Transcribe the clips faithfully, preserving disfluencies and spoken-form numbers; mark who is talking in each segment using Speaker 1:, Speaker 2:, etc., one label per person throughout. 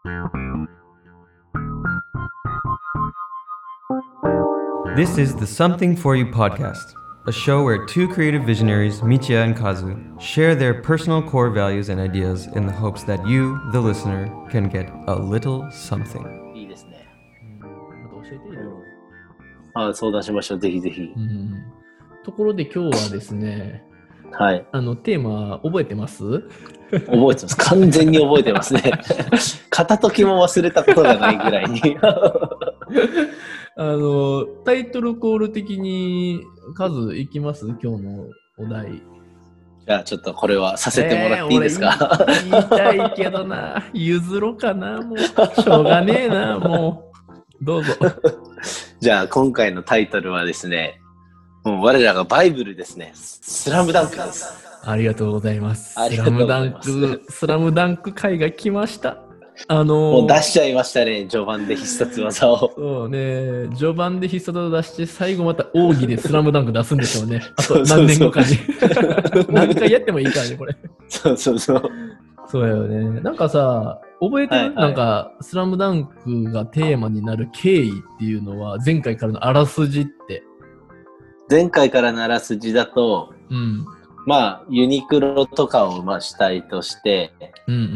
Speaker 1: This is the Something For You podcast, a show where two creative visionaries, Michiya and Kazu, share their personal core values and ideas in the hopes that you, the listener, can get a little something.
Speaker 2: いいですね。
Speaker 3: また教えていいよ。
Speaker 2: ああ、相談しましょう。ぜひぜひ。
Speaker 3: うん。ところで今日はですね、
Speaker 2: はい。
Speaker 3: あのテーマ覚えてます？
Speaker 2: 覚えてます。完全に覚えてますね。片時も忘れたことがないぐらいに。
Speaker 3: あのタイトルコール的に数いきます？今日のお題。
Speaker 2: じゃあちょっとこれはさせてもらっていいですか？
Speaker 3: えー、言いたいけどな、譲ろうかな、もうしょうがねえな、もうどうぞ。
Speaker 2: じゃあ今回のタイトルはですね、もう我らがバイブルですね。スラムダンクです。
Speaker 3: ありがとうございます。
Speaker 2: ありがとうございます。
Speaker 3: スラムダンク、スラムダンク回が来ました。あのー、
Speaker 2: もう出しちゃいましたね、序盤で必殺技を。
Speaker 3: そうね、序盤で必殺技出して、最後また奥義でスラムダンク出すんでしょうね。あと何年後かに。何回やってもいいからね、これ。
Speaker 2: そうそうそう。
Speaker 3: そうやよね。なんかさ、覚えてる、はいはい、なんか、スラムダンクがテーマになる経緯っていうのは、前回からのあらすじって。
Speaker 2: 前回からのあらすじだと、
Speaker 3: うん、
Speaker 2: まあ、ユニクロとかをまあ主体として、
Speaker 3: うんうんうん、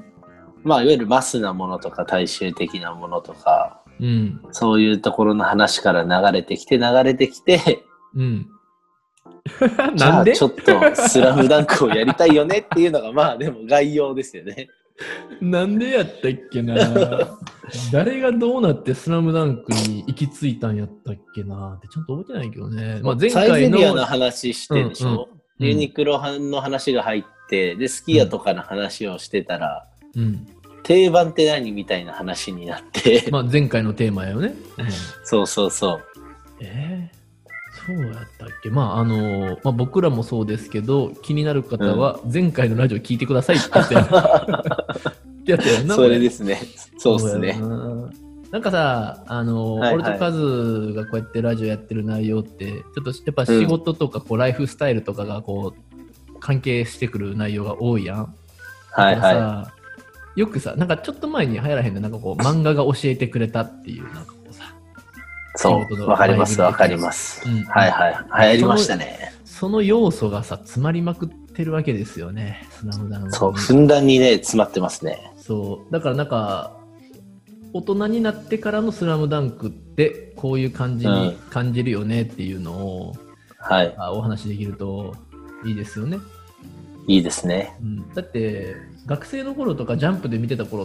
Speaker 2: まあ、いわゆるマスなものとか大衆的なものとか、
Speaker 3: うん、
Speaker 2: そういうところの話から流れてきて流れてきて、
Speaker 3: うん、
Speaker 2: じゃあちょっとスラムダンクをやりたいよねっていうのがまあでも概要ですよね。
Speaker 3: なんでやったっけな誰がどうなってスラムダンクに行き着いたんやったっけなってちゃんと覚えてないけどね。まあ、前回の
Speaker 2: サイゼリアの話してでしょ、
Speaker 3: うんうん、
Speaker 2: ユニクロの話が入ってでスキヤとかの話をしてたら、
Speaker 3: うん、
Speaker 2: 定番って何みたいな話になって
Speaker 3: まあ前回のテーマよね、うん、
Speaker 2: そうそうそう
Speaker 3: えー、そうやったっけ。まああのまあ、僕らもそうですけど気になる方は前回のラジオ聞いてくださいって言ってやったよな。
Speaker 2: それですね。そうですね。
Speaker 3: なんかさ、あの、はいはい、俺とカズがこうやってラジオやってる内容ってちょっとやっぱ仕事とかこう、うん、ライフスタイルとかがこう関係してくる内容が多いやん。
Speaker 2: はいはい。
Speaker 3: よくさ、なんかちょっと前に流行らへんのなんかこう漫画が教えてくれたっていうなんかこうさ。
Speaker 2: そう、わかりますわかります、うん。はいはい。流行りましたね。
Speaker 3: その、その要素がさ詰まりまくってるわけですよね。スラムダンク。
Speaker 2: そう、ふんだんにね詰まってますね。
Speaker 3: そうだからなんか大人になってからのスラムダンクってこういう感じに感じるよねっていうのを、うん
Speaker 2: はい、
Speaker 3: お話できるといいですよね。
Speaker 2: いいですね、
Speaker 3: うん、だって学生の頃とかジャンプで見てた頃って、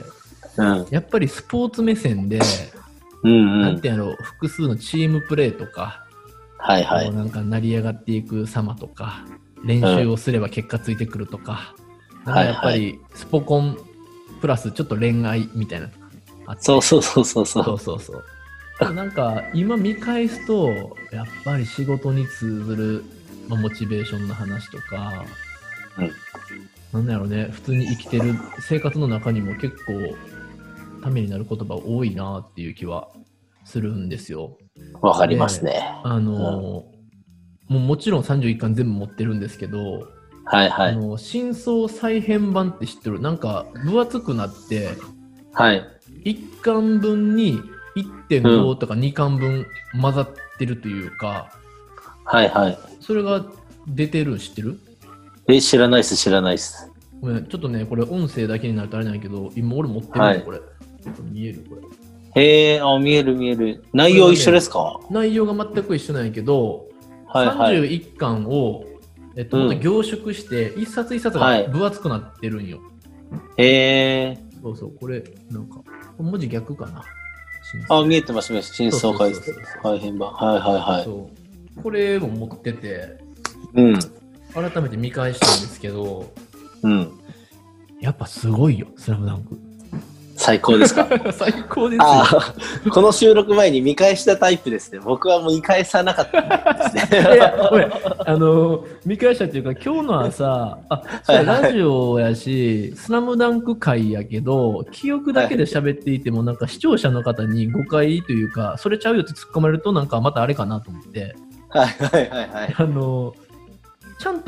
Speaker 2: うん、
Speaker 3: やっぱりスポーツ目線で、
Speaker 2: うんうん、
Speaker 3: なんてやろう複数のチームプレーとか、
Speaker 2: はいはい、
Speaker 3: なんか成り上がっていく様とか練習をすれば結果ついてくるとか、うん、なんかやっぱりスポコンプラスちょっと恋愛みたいなとかあって、
Speaker 2: そうそうそうそう
Speaker 3: そうそうそうなんか今見返すとやっぱり仕事に通ずる、まあ、モチベーションの話とか、
Speaker 2: うん、
Speaker 3: なんだろうね、普通に生きてる生活の中にも結構ためになる言葉多いなっていう気はするんですよ。
Speaker 2: わかりますね。
Speaker 3: あの、うん、もうもちろんさんじゅういっかん全部持ってるんですけど、
Speaker 2: はいはい、
Speaker 3: あの新装再編版って知ってる？なんか分厚くなって、
Speaker 2: はい、
Speaker 3: いっかんぶんに いってんご とかにかんぶん混ざってるというか、
Speaker 2: うん、はいはい、そ
Speaker 3: れが出てるの知ってる？
Speaker 2: え、知らないっす知らないっす。
Speaker 3: ごめん、ちょっとねこれ音声だけになるとあれなんやけど今俺持ってるの、はい、これ見えるこれ。
Speaker 2: へえ、あ、見える見える。内容一緒ですか？
Speaker 3: ね、内容が全く一緒なんやけど、
Speaker 2: はいはい、
Speaker 3: さんじゅういっかんを、えっと、また凝縮して一冊一冊が分厚くなってるんよ。
Speaker 2: はい、へえ。
Speaker 3: そうそう、これなんか文字逆かな。
Speaker 2: あ、見えてますね。新装改編版。はいはいはい。
Speaker 3: そうこれも持ってて、
Speaker 2: うん、
Speaker 3: 改めて見返したんですけど、
Speaker 2: うん、
Speaker 3: やっぱすごいよ、スラムダンク。
Speaker 2: 最高ですか？
Speaker 3: 最高ですよ。
Speaker 2: あこの収録前に見返したタイプですね。僕はもう見返さなかったんですね。
Speaker 3: いや、ごめん。あの、見返したっていうか、今日の朝、あ、それラジオやし、はいはい、スラムダンク回やけど、記憶だけで喋っていても、はい、なんか視聴者の方に誤解というか、それちゃうよって突っ込まれると、なんかまたあれかなと思って。
Speaker 2: はいはいはいはい。
Speaker 3: あの、ちゃんと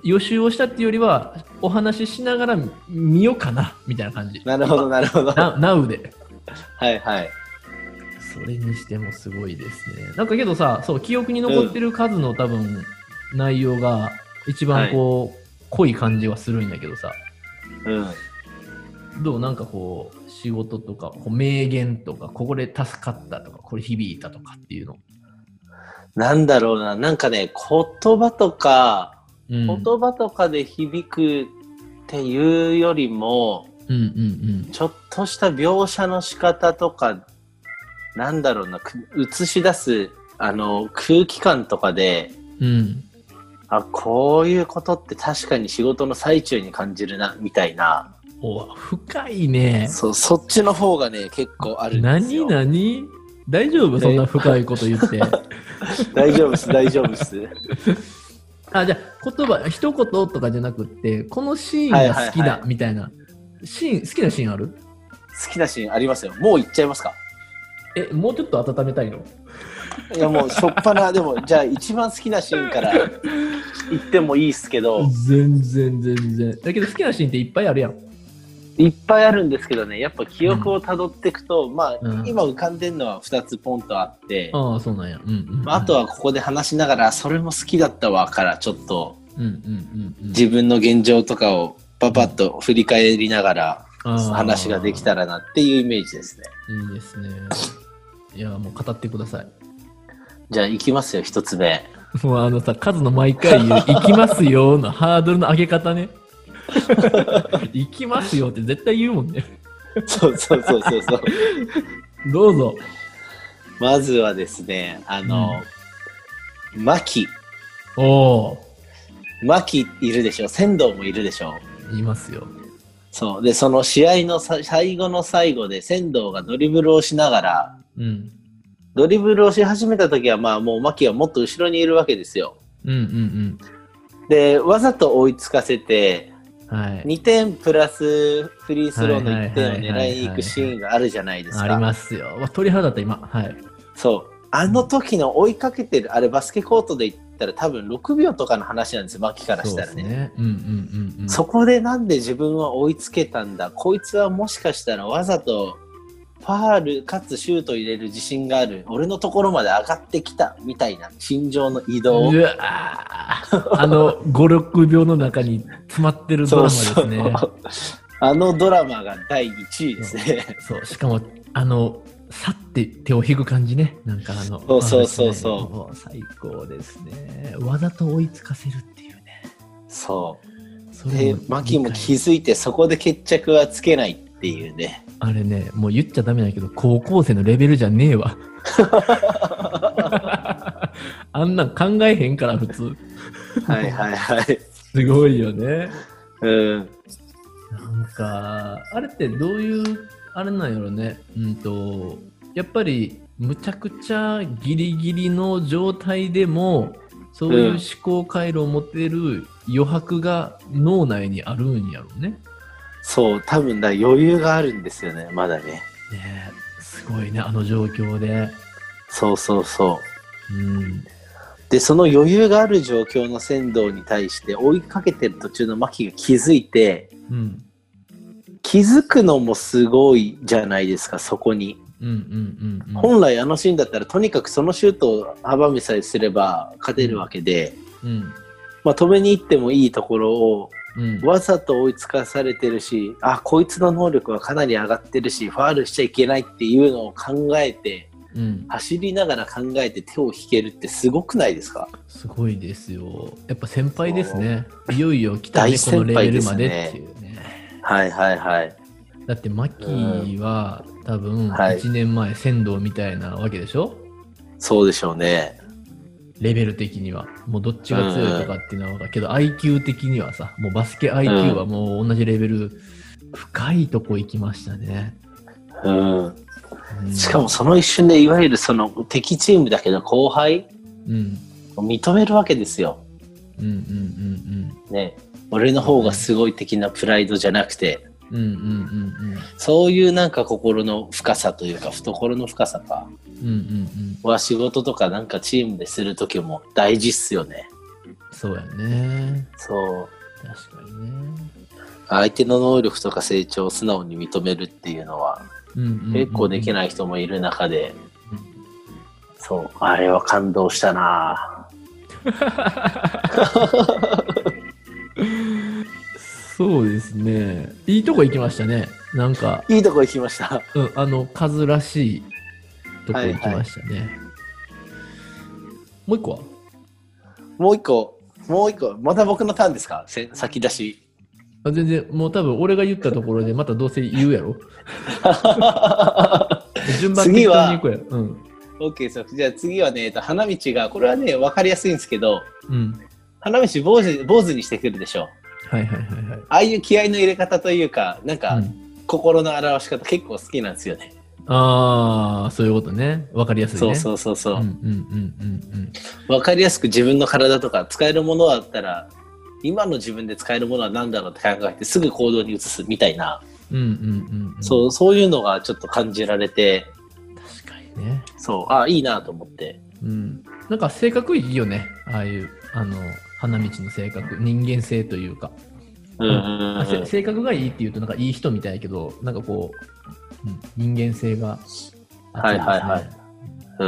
Speaker 3: 予習をしたっていうよりはお話ししながら見ようかなみたいな感じ。
Speaker 2: なるほどなるほど。
Speaker 3: な Now で。
Speaker 2: はいはい。
Speaker 3: それにしてもすごいですね。なんかけどさ、そう記憶に残ってる数の多分内容が一番こう、はい、濃い感じはするんやけどさ。
Speaker 2: うん。
Speaker 3: どうなんかこう仕事とかこう名言とかここで助かったとかこれ響いたとかっていうの。
Speaker 2: なんだろうな、なんかね言葉とか、うん、言葉とかで響くっていうよりも、
Speaker 3: うんうんうん、
Speaker 2: ちょっとした描写の仕方とかなんだろうな映し出すあの空気感とかで、
Speaker 3: うん、
Speaker 2: あこういうことって確かに仕事の最中に感じるなみたいな。
Speaker 3: お深いね。
Speaker 2: そうそっちの方がね結構あるんですよ。
Speaker 3: 何何大丈夫そんな深いこと言って
Speaker 2: 大丈夫です大丈夫です
Speaker 3: あじゃあ言葉一言とかじゃなくってこのシーンが好きだみたいな、はいはいはい、シーン好きなシーンある？
Speaker 2: 好きなシーンありますよ。もう言っちゃいますか？
Speaker 3: えもうちょっと温めたいの？
Speaker 2: いやもうしょっぱなでもじゃあ一番好きなシーンから言ってもいいっすけど
Speaker 3: 全然全然だけど好きなシーンっていっぱいあるやん。
Speaker 2: いっぱいあるんですけどねやっぱ記憶をたどっていくと、うん、まあ、うん、今浮かんでるのはふたつポンとあって
Speaker 3: ああそうなんや、うんうんうん
Speaker 2: まあ、あとはここで話しながらそれも好きだったわからちょっと、
Speaker 3: うんうんうんうん、
Speaker 2: 自分の現状とかをパパッと振り返りながら話ができたらなっていうイメージですね。
Speaker 3: いいですね。いやもう語ってください。
Speaker 2: じゃあ行きますよ一つ目。
Speaker 3: もうあのさ数の毎回言う行きますよのハードルの上げ方ね行きますよって絶対言うもんね
Speaker 2: そうそうそうそうそう
Speaker 3: どうぞ。
Speaker 2: まずはですねあの、うん、マキ
Speaker 3: おー
Speaker 2: マキいるでしょ。仙道もいるでしょ。
Speaker 3: いますよ。
Speaker 2: そうでその試合のさ最後の最後で仙道がドリブルをしながら、
Speaker 3: うん、
Speaker 2: ドリブルをし始めた時はまあもうマキはもっと後ろにいるわけですよ。
Speaker 3: うんうんうん、
Speaker 2: でわざと追いつかせて、
Speaker 3: はい、
Speaker 2: にてんプラスフリースローのいってんを狙いに行くシーンがあるじゃないですか。
Speaker 3: ありますよ。鳥肌だった今。はい。
Speaker 2: そうあの時の追いかけてるあれバスケコートで言ったら多分ろくびょうとかの話なんですよマキからしたらね。
Speaker 3: そうですね、うんうんうんうん、
Speaker 2: そこでなんで自分は追いつけたんだこいつはもしかしたらわざとファールかつシュート入れる自信がある俺のところまで上がってきたみたいな心情の移動。
Speaker 3: うわあのごろくびょうの中に詰まってるドラマですね。
Speaker 2: そうそうあのドラマがだいいちいですね。
Speaker 3: そう、そうしかもあのさって手を引く感じね。なんかあの
Speaker 2: そうそうそうそう、
Speaker 3: もう最高ですね。わざと追いつかせるっていうね。
Speaker 2: そう
Speaker 3: そ
Speaker 2: でマキも気づいてそこで決着はつけないっていうね。
Speaker 3: あれねもう言っちゃダメだけど高校生のレベルじゃねえわあんなん考えへんから普通
Speaker 2: はいはいはい
Speaker 3: すごいよね。
Speaker 2: うん
Speaker 3: なんかあれってどういうあれなんやろね。うんとやっぱりむちゃくちゃギリギリの状態でもそういう思考回路を持ってる余白が脳内にあるんやろね。
Speaker 2: そう多分だ余裕があるんですよねまだね。ね
Speaker 3: すごいねあの状況で。
Speaker 2: そうそうそう、
Speaker 3: うん、
Speaker 2: でその余裕がある状況の仙道に対して追いかけてる途中のマキが気づいて、
Speaker 3: うん、
Speaker 2: 気づくのもすごいじゃないですかそこに、
Speaker 3: うんうんうんうん、
Speaker 2: 本来あのシーンだったらとにかくそのシュートを阻みさえすれば勝てるわけで、
Speaker 3: うんうん
Speaker 2: まあ、止めに行ってもいいところを
Speaker 3: うん、
Speaker 2: わざと追いつかされてるしあこいつの能力はかなり上がってるしファールしちゃいけないっていうのを考えて、うん、走りながら考えて手を引けるってすごくないですか？
Speaker 3: すごいですよ。やっぱ先輩ですね。いよいよ来たねこのレベルまでっていうね。
Speaker 2: はいはいはい。
Speaker 3: だってマキは、うん、多分いちねんまえ仙道みたいなわけでしょ？
Speaker 2: そうでしょうね。
Speaker 3: レベル的にはもうどっちが強いとかっていうのは分かるけど、うん、アイキュー 的にはさもうバスケ アイキュー はもう同じレベル、うん、深いとこ行きましたね、
Speaker 2: うんうん、しかもその一瞬でいわゆるその敵チームだけど後輩、うん、認めるわけですよ、
Speaker 3: うんうんうんうん
Speaker 2: ね、俺の方がすごい的なプライドじゃなくて、
Speaker 3: うんうんうんうん、
Speaker 2: そういうなんか心の深さというか懐の深さか、うんうんうん、は仕事とかなんかチームでする時も大事っすよね。
Speaker 3: そうやね。
Speaker 2: そう。
Speaker 3: 確かにね。
Speaker 2: 相手の能力とか成長を素直に認めるっていうのは、
Speaker 3: うんうんうんうん、
Speaker 2: 結構できない人もいる中で、うん、そう、あれは感動したな
Speaker 3: そうですね。いいとこ行きましたね。なんか。
Speaker 2: いいとこ行きました。
Speaker 3: うん、あの、数らしいとこ行きましたね。はいはい、もう一個は
Speaker 2: もう一個、もう一個、また僕のターンですか？先出し。
Speaker 3: あ、全然、もう多分俺が言ったところでまたどうせ言うやろ。順番適当に行こうや。うん。
Speaker 2: OK です。じゃあ次はね、花道が、これはね、わかりやすいんですけど、
Speaker 3: うん、
Speaker 2: 花道坊主、坊主にしてくるでしょ。
Speaker 3: はいはいはいはい。
Speaker 2: ああいう気合いの入れ方というか、なんか、うん、心の表し方結構好きなんですよね。
Speaker 3: ああ、そういうことね。わかりやすいね。
Speaker 2: そうそうそうそう。
Speaker 3: うんうんうんうん
Speaker 2: うん。わかりやすく自分の体とか使えるものだったら、今の自分で使えるものは何だろうって考えてすぐ行動に移すみたいな、
Speaker 3: うんうんうんうん、
Speaker 2: そう、そういうのがちょっと感じられて、
Speaker 3: 確かにね。
Speaker 2: そう、あ、いいなと思って。
Speaker 3: うん。なんか性格いいよね。ああいう、あの、花道の性格、人間性というか。
Speaker 2: うんうんうん、
Speaker 3: 性格がいいっていうとなんかいい人みたいやけど、なんかこう、うん、人間性があってですね。
Speaker 2: はいはいはい。うん。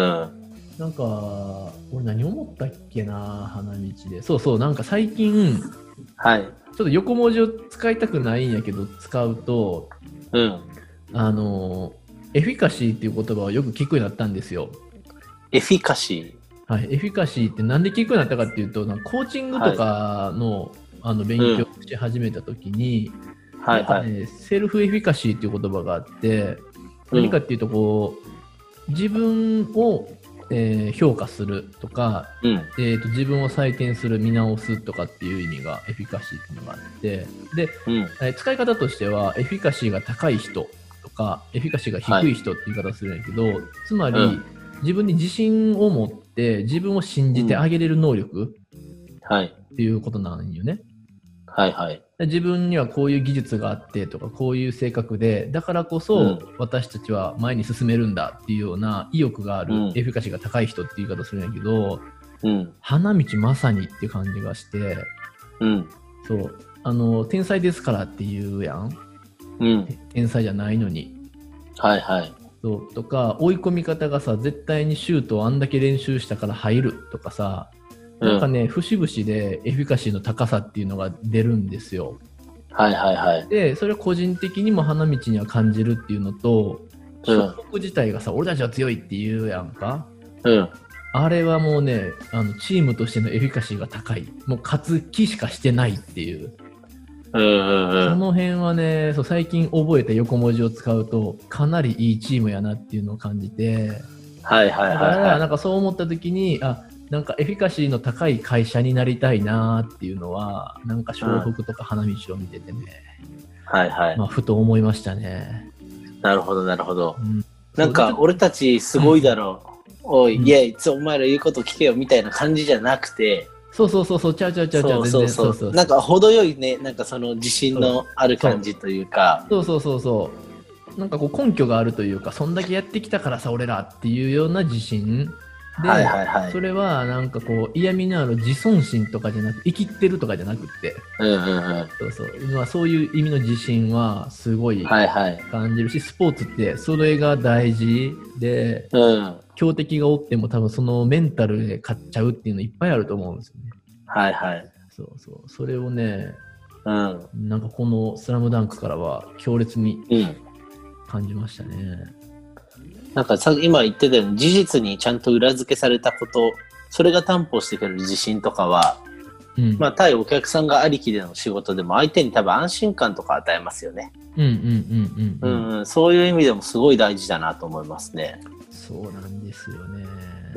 Speaker 3: なんか俺何思ったっけな、花道で。そうそう、なんか最近、
Speaker 2: はい、
Speaker 3: ちょっと横文字を使いたくないんやけど使うと、
Speaker 2: うん、
Speaker 3: あのエフィカシーっていう言葉をよく聞くようになったんですよ。
Speaker 2: エフィカシ
Speaker 3: ー、はい、エフィカシーってなんで聞くようになったかっていうと、なんかコーチングとかの、はい、あの勉強し始めた時に、うん、はいはいね、セルフエフィカシーっていう言葉があって、うん、何かっていうとこう自分をえー、評価するとか、うん、えー、と自分を採点する、見直すとかっていう意味がエフィカシーっていうのがあって、で、うん、えー、使い方としてはエフィカシーが高い人とかエフィカシーが低い人っていう言い方をするんやけど、はい、つまり、うん、自分に自信を持って自分を信じてあげれる能力っていうことなんよね。
Speaker 2: はいはい、
Speaker 3: 自分にはこういう技術があってとかこういう性格でだからこそ私たちは前に進めるんだっていうような意欲がある、うん、エフィカシーが高い人っていう言い方するんやけど、うん、花道まさにっていう感じがして、うん、そうあの天才ですからって言うやん、うん、天才じゃないのに、
Speaker 2: はいはい、
Speaker 3: そうとか追い込み方がさ絶対にシュートをあんだけ練習したから入るとかさ、なんかね、うん、節々でエフィカシーの高さっていうのが出るんですよ。
Speaker 2: はいはいはい。
Speaker 3: で、それを個人的にも花道には感じるっていうのと、所属自体がさ、俺たちは強いって言うやんか。うん。あれはもうね、あのチームとしてのエフィカシーが高い。もう勝つ気しかしてないっていう。うんうんうん、その辺はね、そう最近覚えた横文字を使うと、かなりいいチームやなっていうのを感じて。
Speaker 2: はいはいはい、はい。だ
Speaker 3: からなんかそう思った時に、あ、なんかエフィカシーの高い会社になりたいなっていうのはなんか笑福とか花道を見ててね、
Speaker 2: うん、はいはい、
Speaker 3: まあ、ふと思いましたね。
Speaker 2: なるほどなるほど、うん、なんか俺たちすごいだろう、うん、おい、うん、いやいつお前ら言うこと聞けよみたいな感じじゃなくて、
Speaker 3: そうそうそうそうちゃうちゃうちゃうちゃう
Speaker 2: そうそうそう、なんか程よいね、なんかその自信のある感じというか、
Speaker 3: そうそうそうそうなんかこう根拠があるというか、そんだけやってきたからさ俺らっていうような自信で、はいはいはい、それはなんかこう嫌味のある自尊心とかじゃなく、生きってるとかじゃなくて、うんうんうん、そうそう、まあ、そういう意味の自信はすごい感じるし、はいはい、スポーツってそれが大事で、うん、強敵がおっても多分そのメンタルで勝っちゃうっていうのいっぱいあると思うんですよね。
Speaker 2: はいはい。
Speaker 3: そうそう、それをね、うん、なんかこのスラムダンクからは強烈に感じましたね。うん
Speaker 2: なんかさ今言ってたように事実にちゃんと裏付けされたこと、それが担保してくれる自信とかは、うん、まあ対お客さんがありきでの仕事でも相手に多分安心感とか与えますよね。
Speaker 3: うんうんうんうん、
Speaker 2: うん、そういう意味でもすごい大事だなと思いますね。
Speaker 3: そうなんですよね。うん、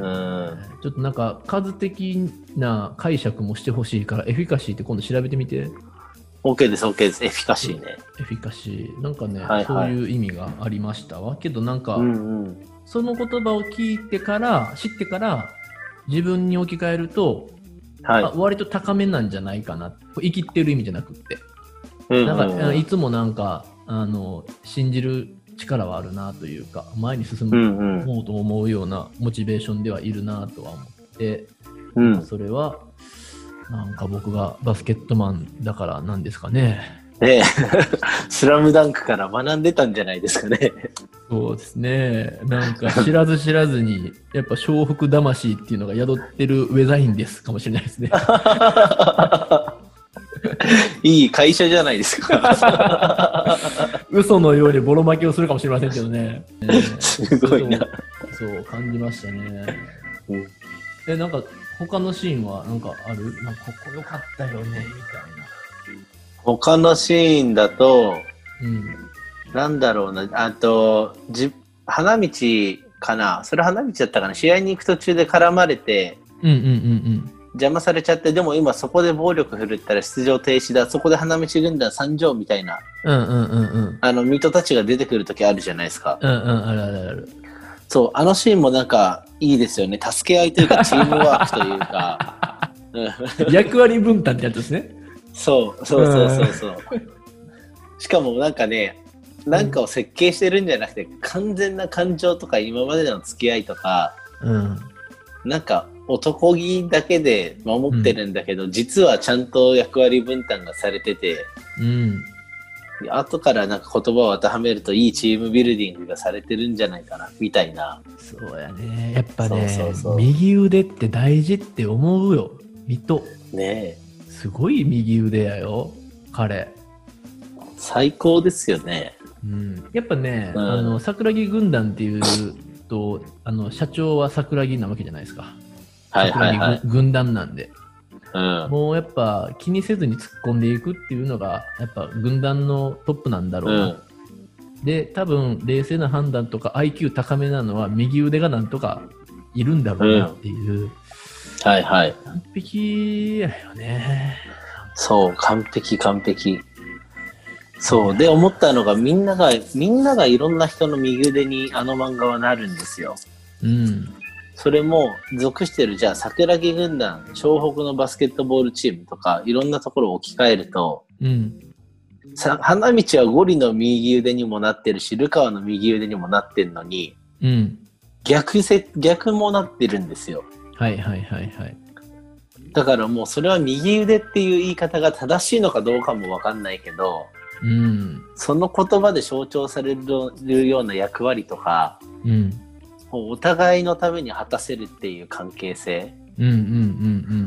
Speaker 3: ちょっとなんか数的な解釈もしてほしいからエフィカシーって今度調べてみて。
Speaker 2: OK です OK です。エフィカシーね。
Speaker 3: エフィカシーなんかね、はいはい、そういう意味がありましたわ。けどなんか、うんうん、その言葉を聞いてから知ってから自分に置き換えると、はい、あ割と高めなんじゃないかな。生きってる意味じゃなくって、うんうんうん、なんかいつもなんかあの信じる力はあるなというか、前に進もうと思うようなモチベーションではいるなとは思って、うん、それはなんか僕がバスケットマンだからなんですかね。
Speaker 2: ねえ、スラムダンクから学んでたんじゃないですかね。
Speaker 3: そうですね。なんか知らず知らずに、やっぱ笑福魂っていうのが宿ってるウェザインですかもしれないですね。
Speaker 2: いい会社じゃないですか。
Speaker 3: 嘘のようにボロ負けをするかもしれませんけどね。
Speaker 2: すごいな。
Speaker 3: そう感じましたね。
Speaker 2: うん、
Speaker 3: え、なんか他のシーンはなんかある？なんかここ良かったよねみたいな。
Speaker 2: 他のシーンだと、
Speaker 3: うん、
Speaker 2: なんだろうな、あとじ花道かな、それ花道だったかな、試合に行く途中で絡まれて、
Speaker 3: うんうんうんうん
Speaker 2: 邪魔されちゃって、でも今そこで暴力振るったら出場停止だ、そこで花道軍団参上みたいな、
Speaker 3: うんうんうんうん
Speaker 2: あのミトたちが出てくる時あるじゃないですか。
Speaker 3: うんうんあるあるある。
Speaker 2: そう、あのシーンもなんかいいですよね。助け合いというかチームワークというか、うん、
Speaker 3: 役割分担ってやつですね。
Speaker 2: そうそうそうそうそう。しかもなんかね、なんかを設計してるんじゃなくて、完全な感情とか今までの付き合いとか、
Speaker 3: うん、
Speaker 2: なんか男気だけで守ってるんだけど、うん、実はちゃんと役割分担がされてて、
Speaker 3: うん、
Speaker 2: 後からなんか言葉を当てはめるといいチームビルディングがされてるんじゃないかなみたいな。
Speaker 3: そうやね。やっぱね、
Speaker 2: そうそうそう、
Speaker 3: 右腕って大事って思うよ。水戸
Speaker 2: ねえ、
Speaker 3: すごい右腕やよ彼。
Speaker 2: 最高ですよね。
Speaker 3: うん、やっぱね、
Speaker 2: うん、
Speaker 3: あの桜木軍団っていうとあの社長は桜木なわけじゃないですか。
Speaker 2: はいはいはい、
Speaker 3: 桜木軍団なんで、
Speaker 2: うん、
Speaker 3: もうやっぱ気にせずに突っ込んでいくっていうのがやっぱ軍団のトップなんだろうな、うん、で多分冷静な判断とか アイキュー 高めなのは右腕がなんとかいるんだろうなっていう、うん、
Speaker 2: はいはい、
Speaker 3: 完璧やよね。
Speaker 2: そう、完璧完璧。そうで思ったのが、みんながみんながいろんな人の右腕にあの漫画はなるんですよ。
Speaker 3: うん。
Speaker 2: それも属してる、じゃあ桜木軍団、湘北のバスケットボールチームとかいろんなところを置き換えると、
Speaker 3: うん、
Speaker 2: さ花道はゴリの右腕にもなってるし、ルカワの右腕にもなってるのに、
Speaker 3: うん、
Speaker 2: 逆せ逆もなってるんですよ。
Speaker 3: はいはいはいはい。
Speaker 2: だからもうそれは右腕っていう言い方が正しいのかどうかもわかんないけど、
Speaker 3: うん、
Speaker 2: その言葉で象徴されるような役割とか、
Speaker 3: うん、
Speaker 2: お互いのために果たせるっていう関係性、
Speaker 3: うんうんうんうん、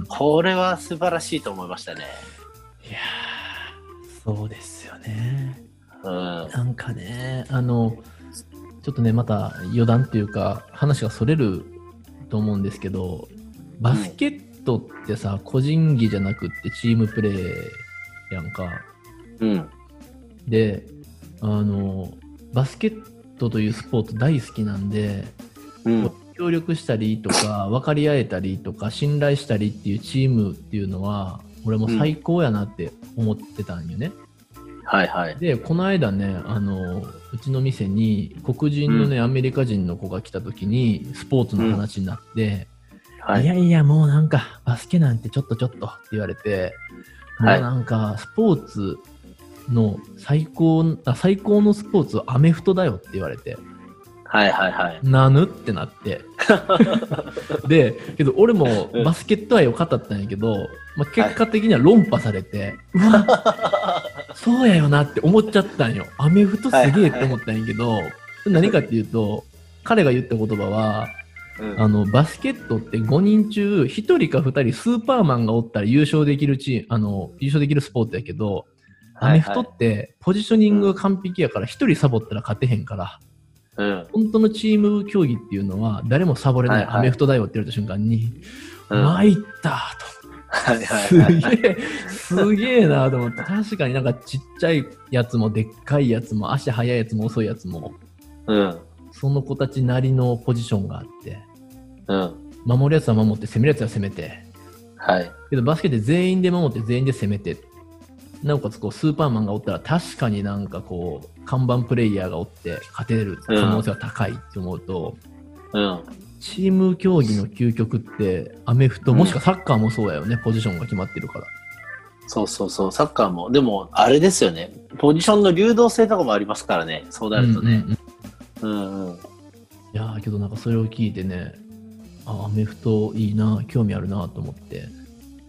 Speaker 2: これは素晴らしいと思いましたね。
Speaker 3: いやー、そうですよね。
Speaker 2: うん、
Speaker 3: なんかね、あのちょっとねまた余談っていうか話がそれると思うんですけど、バスケットってさ、個人技じゃなくってチームプレーやんか。
Speaker 2: うん。
Speaker 3: で、あのバスケットというスポーツ大好きなんで、
Speaker 2: うん、
Speaker 3: 協力したりとか分かり合えたりとか信頼したりっていうチームっていうのは俺も最高やなって思ってたんよね。
Speaker 2: うん、はいはい。
Speaker 3: でこの間ね、あのうちの店に黒人のね、うん、アメリカ人の子が来た時にスポーツの話になって、うん、はい、いやいやもうなんかバスケなんてちょっとちょっとって言われて、はい、もうなんかスポーツの最高あ最高のスポーツはアメフトだよって言われて、
Speaker 2: はいはいはい、
Speaker 3: なぬってなってでけど俺もバスケットは良かったんやけど、まあ、結果的には論破されて、はい、うわそうやよなって思っちゃったんよ。アメフトすげえって思ったんやけど、はいはいはい、何かっていうと彼が言った言葉は、うん、あのバスケットってごにん中ひとりかふたりスーパーマンがおったら優勝できるチーム、あの優勝できるスポーツやけど、アメフトってポジショニングが完璧やからひとりサボったら勝てへんから、うん、本当のチーム競技っていうのは誰もサボれない、はいはい、アメフトだよって言われた瞬間に、うん、参ったと、はいはいはいはい、すげえすげえなと思って、確かになんかちっちゃいやつもでっかいやつも足速いやつも遅いやつも、うん、その子たちなりのポジションがあって、うん、守るやつは守って攻めるやつは攻めて、はい、けどバスケって全員で守って全員で攻めて、なおかつこうスーパーマンがおったら確かになんかこう看板プレイヤーがおって勝てる可能性が高いって思うと、うん、チーム競技の究極ってアメフト、もしくはサッカーもそうやよね、ポジションが決まってるから。
Speaker 2: そうそうそう、サッカーもでもあれですよね、ポジションの流動性とかもありますからね、そうなるとね。うんうんうん、い
Speaker 3: やーけどなんかそれを聞いてね、あアメフトいいな、興味あるなと思って。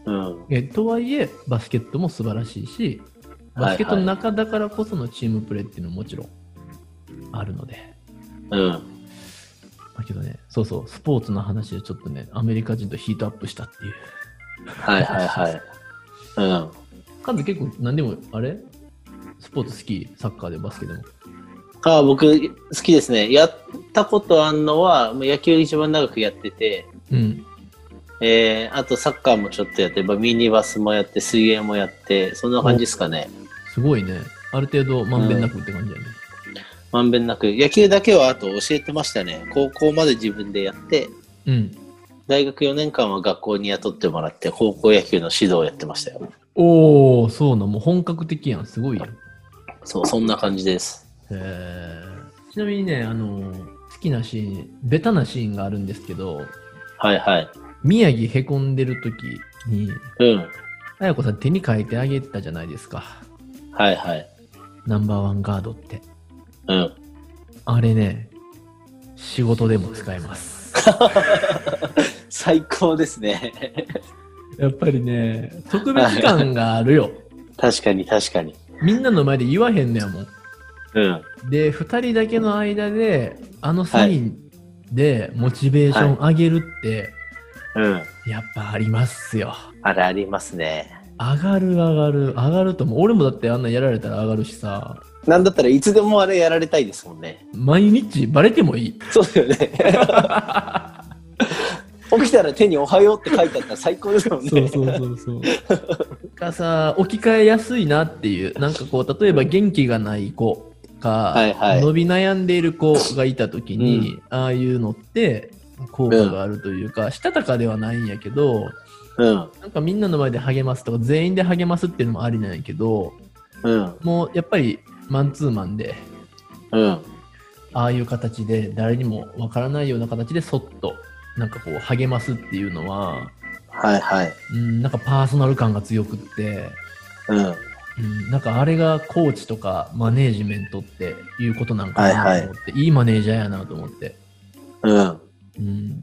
Speaker 2: うん。
Speaker 3: えとはいえバスケットも素晴らしいし、バスケットの中だからこそのチームプレーっていうのももちろんあるので。
Speaker 2: うん。
Speaker 3: だけどね、そうそう、スポーツの話でちょっとね、アメリカ人とヒートアップしたっていう。
Speaker 2: はいはいはい。うん。
Speaker 3: カズ結構何でも、あれスポーツ好き？サッカーでバスケでも。
Speaker 2: ああ、僕好きですね。やったことあるのは、野球一番長くやってて、
Speaker 3: うん。
Speaker 2: えー、あとサッカーもちょっとやって、ミニバスもやって、水泳もやって、そんな感じですかね。
Speaker 3: すごいね。ある程度まんべんなくって感じだよね。
Speaker 2: まんべんなく。野球だけはあと教えてましたね。高校まで自分でやって、
Speaker 3: うん。
Speaker 2: 大学よねんかんは学校に雇ってもらって、高校野球の指導をやってましたよ。
Speaker 3: おー、そうな、もう本格的やん。すごいやん。
Speaker 2: そう、そんな感じです。
Speaker 3: へー。ちなみにね、あの、好きなシーン、ベタなシーンがあるんですけど、
Speaker 2: はいはい。
Speaker 3: 宮城へこんでる時に、
Speaker 2: うん。
Speaker 3: 綾子さん手に書いてあげたじゃないですか。
Speaker 2: はいはい。
Speaker 3: ナンバーワンガードって。
Speaker 2: うん。
Speaker 3: あれね、仕事でも使えます。
Speaker 2: 最高ですね。
Speaker 3: やっぱりね、特別感があるよ。
Speaker 2: 確かに確かに。
Speaker 3: みんなの前で言わへんのやもん。
Speaker 2: うん。
Speaker 3: で、ふたりだけの間で、あのサインでモチベーション上げるって、
Speaker 2: はい、うん。
Speaker 3: やっぱありますよ。
Speaker 2: あれありますね。
Speaker 3: 上がる上がる、上がると思う。俺もだってあんなやられたら上がるしさ。
Speaker 2: なんだったらいつでもあれやられたいですもんね。
Speaker 3: 毎日バレてもいい。
Speaker 2: そうだよね。起きたら手におはようって書いてあったら最高ですもんね。
Speaker 3: そうそうそうそう。がさ、置き換えやすいなっていう。なんかこう、例えば元気がない子か、はいはい、伸び悩んでいる子がいたときに、うん、ああいうのって効果があるというか、うん、したたかではないんやけど、うん、なんかみんなの前で励ますとか、全員で励ますっていうのもありなんやけど、うん、もうやっぱりマンツーマンで、うん、ああいう形で誰にもわからないような形でそっとなんかこう励ますっていうのは、はいはい、うん、なんかパーソナル感が強くって、うんうん、なんかあれがコーチとかマネージメントっていうことなんかなと思って、はいはい、いいマネージャーやなと思って、うんうん、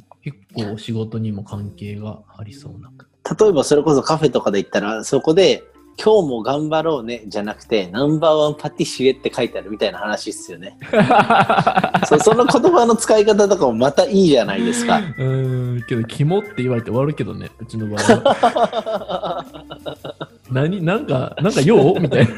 Speaker 3: 結構仕事にも関係がありそうな。
Speaker 2: 例えばそれこそカフェとかで行ったら、そこで今日も頑張ろうねじゃなくて、ナンバーワンパティシエって書いてあるみたいな話っすよね。そ, その言葉の使い方とかもまたいいじゃないですか。
Speaker 3: うーん、けどキモって言われて終わるけどね、うちの場合は。何なんか、なんかようみたいな。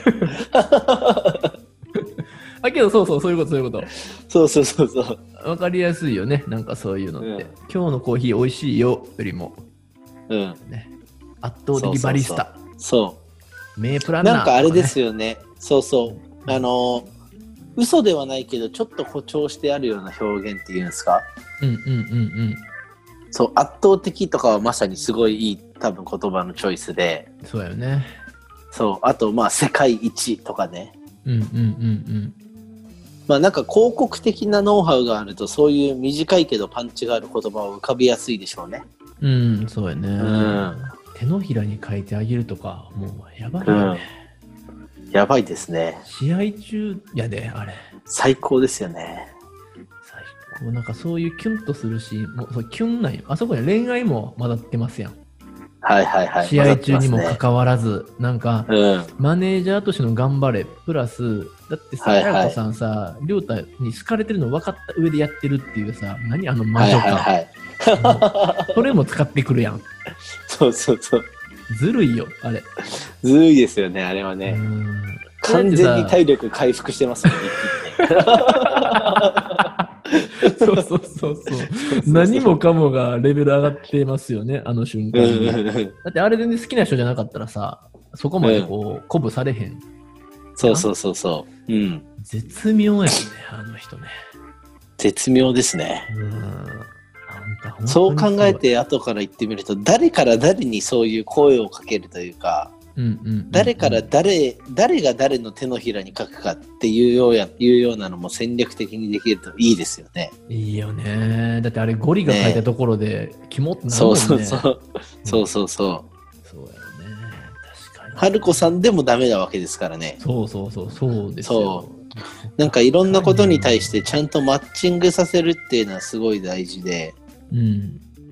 Speaker 3: あ、けどそうそう、そういうこと、そういうこと。
Speaker 2: そうそうそうそう。
Speaker 3: わかりやすいよね、なんかそういうのって。うん、今日のコーヒー美味しいよよりも、うんね、圧倒的バリスタ。
Speaker 2: そうそうそうそう。
Speaker 3: 名プランナー、ね、
Speaker 2: なんかあれですよね。そうそう。あの、嘘ではないけど、ちょっと誇張してあるような表現っていうんですか。うんうんうんうん。そう、圧倒的とかはまさにすごいいい多分言葉のチョイスで。
Speaker 3: そうやよね。
Speaker 2: そう、あとまあ世界一とかね。
Speaker 3: うんうんうんうん。
Speaker 2: まあなんか広告的なノウハウがあると、そういう短いけどパンチがある言葉を浮かびやすいでしょうね。
Speaker 3: うん、そうやね。うん。手のひらに書いてあげるとか、もうやばいよね、
Speaker 2: うん。やばいですね。
Speaker 3: 試合中やで、あれ。
Speaker 2: 最高ですよね。
Speaker 3: 最高。なんかそういうキュンとするし、もうそうキュンなんよ。あそこに恋愛も混ざってますやん。
Speaker 2: はいはいはい。
Speaker 3: 試合中にもかかわらず、ね、なんか、うん、マネージャーとしての頑張れ、プラス、だってさ、やこさんさ、りょうたに好かれてるの分かった上でやってるっていうさ、何あの魔女感。はいはいはいそれも使ってくるやん。
Speaker 2: そうそうそう。
Speaker 3: ずるいよ、あれ。
Speaker 2: ずるいですよね、あれはね。完全に体力回復してますよね。
Speaker 3: そうそうそうそう。何もかもがレベル上がってますよね、あの瞬間に。だってあれ全然好きな人じゃなかったらさ、そこまでこう、鼓舞されへん。
Speaker 2: そうそうそうそう。うん。
Speaker 3: 絶妙やね、あの人ね。
Speaker 2: 絶妙ですね。
Speaker 3: うん
Speaker 2: そう考えて後から言ってみると、誰から誰にそういう声をかけるというか、うんうんうんうん、誰から誰誰が誰の手のひらに書くかっていうようやいうようなのも戦略的にできるといいですよね。
Speaker 3: いいよね。だってあれゴリが書いたところでキモってなるもんね。
Speaker 2: そうそうそう。そうそうそう。そうやね。
Speaker 3: 確かに。
Speaker 2: 春子さんでもダメなわけですからね。
Speaker 3: そうそうそうそうですよ。そう
Speaker 2: なんかいろんなことに対してちゃんとマッチングさせるっていうのはすごい大事で。うん、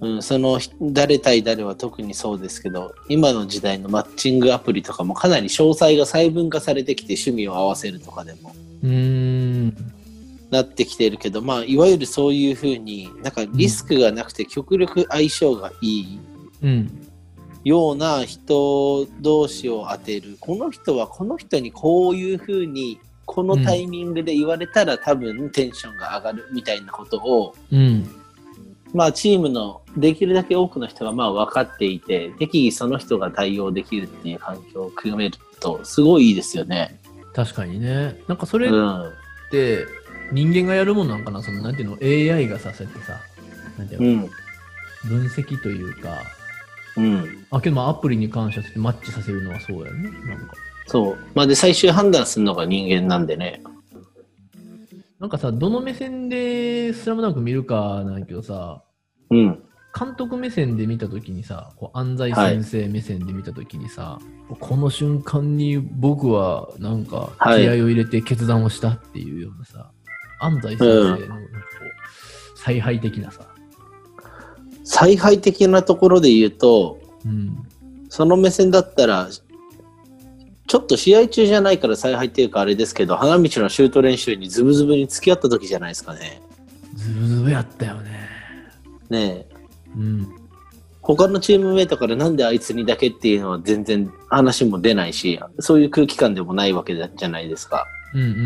Speaker 2: うん、その誰対誰は特にそうですけど、今の時代のマッチングアプリとかもかなり詳細が細分化されてきて、趣味を合わせるとかでも
Speaker 3: うーん
Speaker 2: なってきてるけど、まあいわゆるそういう風になんかリスクがなくて極力相性がいい
Speaker 3: うん
Speaker 2: ような人同士を当てる。この人はこの人にこういう風にこのタイミングで言われたら多分テンションが上がるみたいなことを、
Speaker 3: うん
Speaker 2: まあチームのできるだけ多くの人がまあ分かっていて、適宜その人が対応できるっていう環境を組めるとすごいいいですよね。
Speaker 3: 確かにね。なんかそれっ
Speaker 2: うん
Speaker 3: て人間がやるもんなんかな、そのなんていうの エーアイ がさせてさ、なんていうの、
Speaker 2: うん
Speaker 3: 分析というか、
Speaker 2: うん
Speaker 3: あけどまあアプリに関してマッチさせるのはそうやね。なんか
Speaker 2: そう。まあで最終判断するのが人間なんでね。
Speaker 3: なんかさ、どの目線でスラムダンク見るかなんやけどさ、
Speaker 2: うん
Speaker 3: 監督目線で見たときにさ、こう安西先生目線で見たときにさ、この瞬間に僕はなんか気合を入れて決断をしたっていうようなさ、安西先生のなんかこう采配的なさ、
Speaker 2: 采配的なところで言うと、
Speaker 3: うん、
Speaker 2: その目線だったら、ちょっと試合中じゃないから采配っていうかあれですけど、花道のシュート練習にズブズブに付き合った時じゃないですかね。
Speaker 3: ズブズブやったよね。
Speaker 2: ねえ。
Speaker 3: うん、
Speaker 2: 他のチームメイトからなんであいつにだけっていうのは全然話も出ないし、そういう空気感でもないわけじゃないですか。
Speaker 3: うんうんうんうん。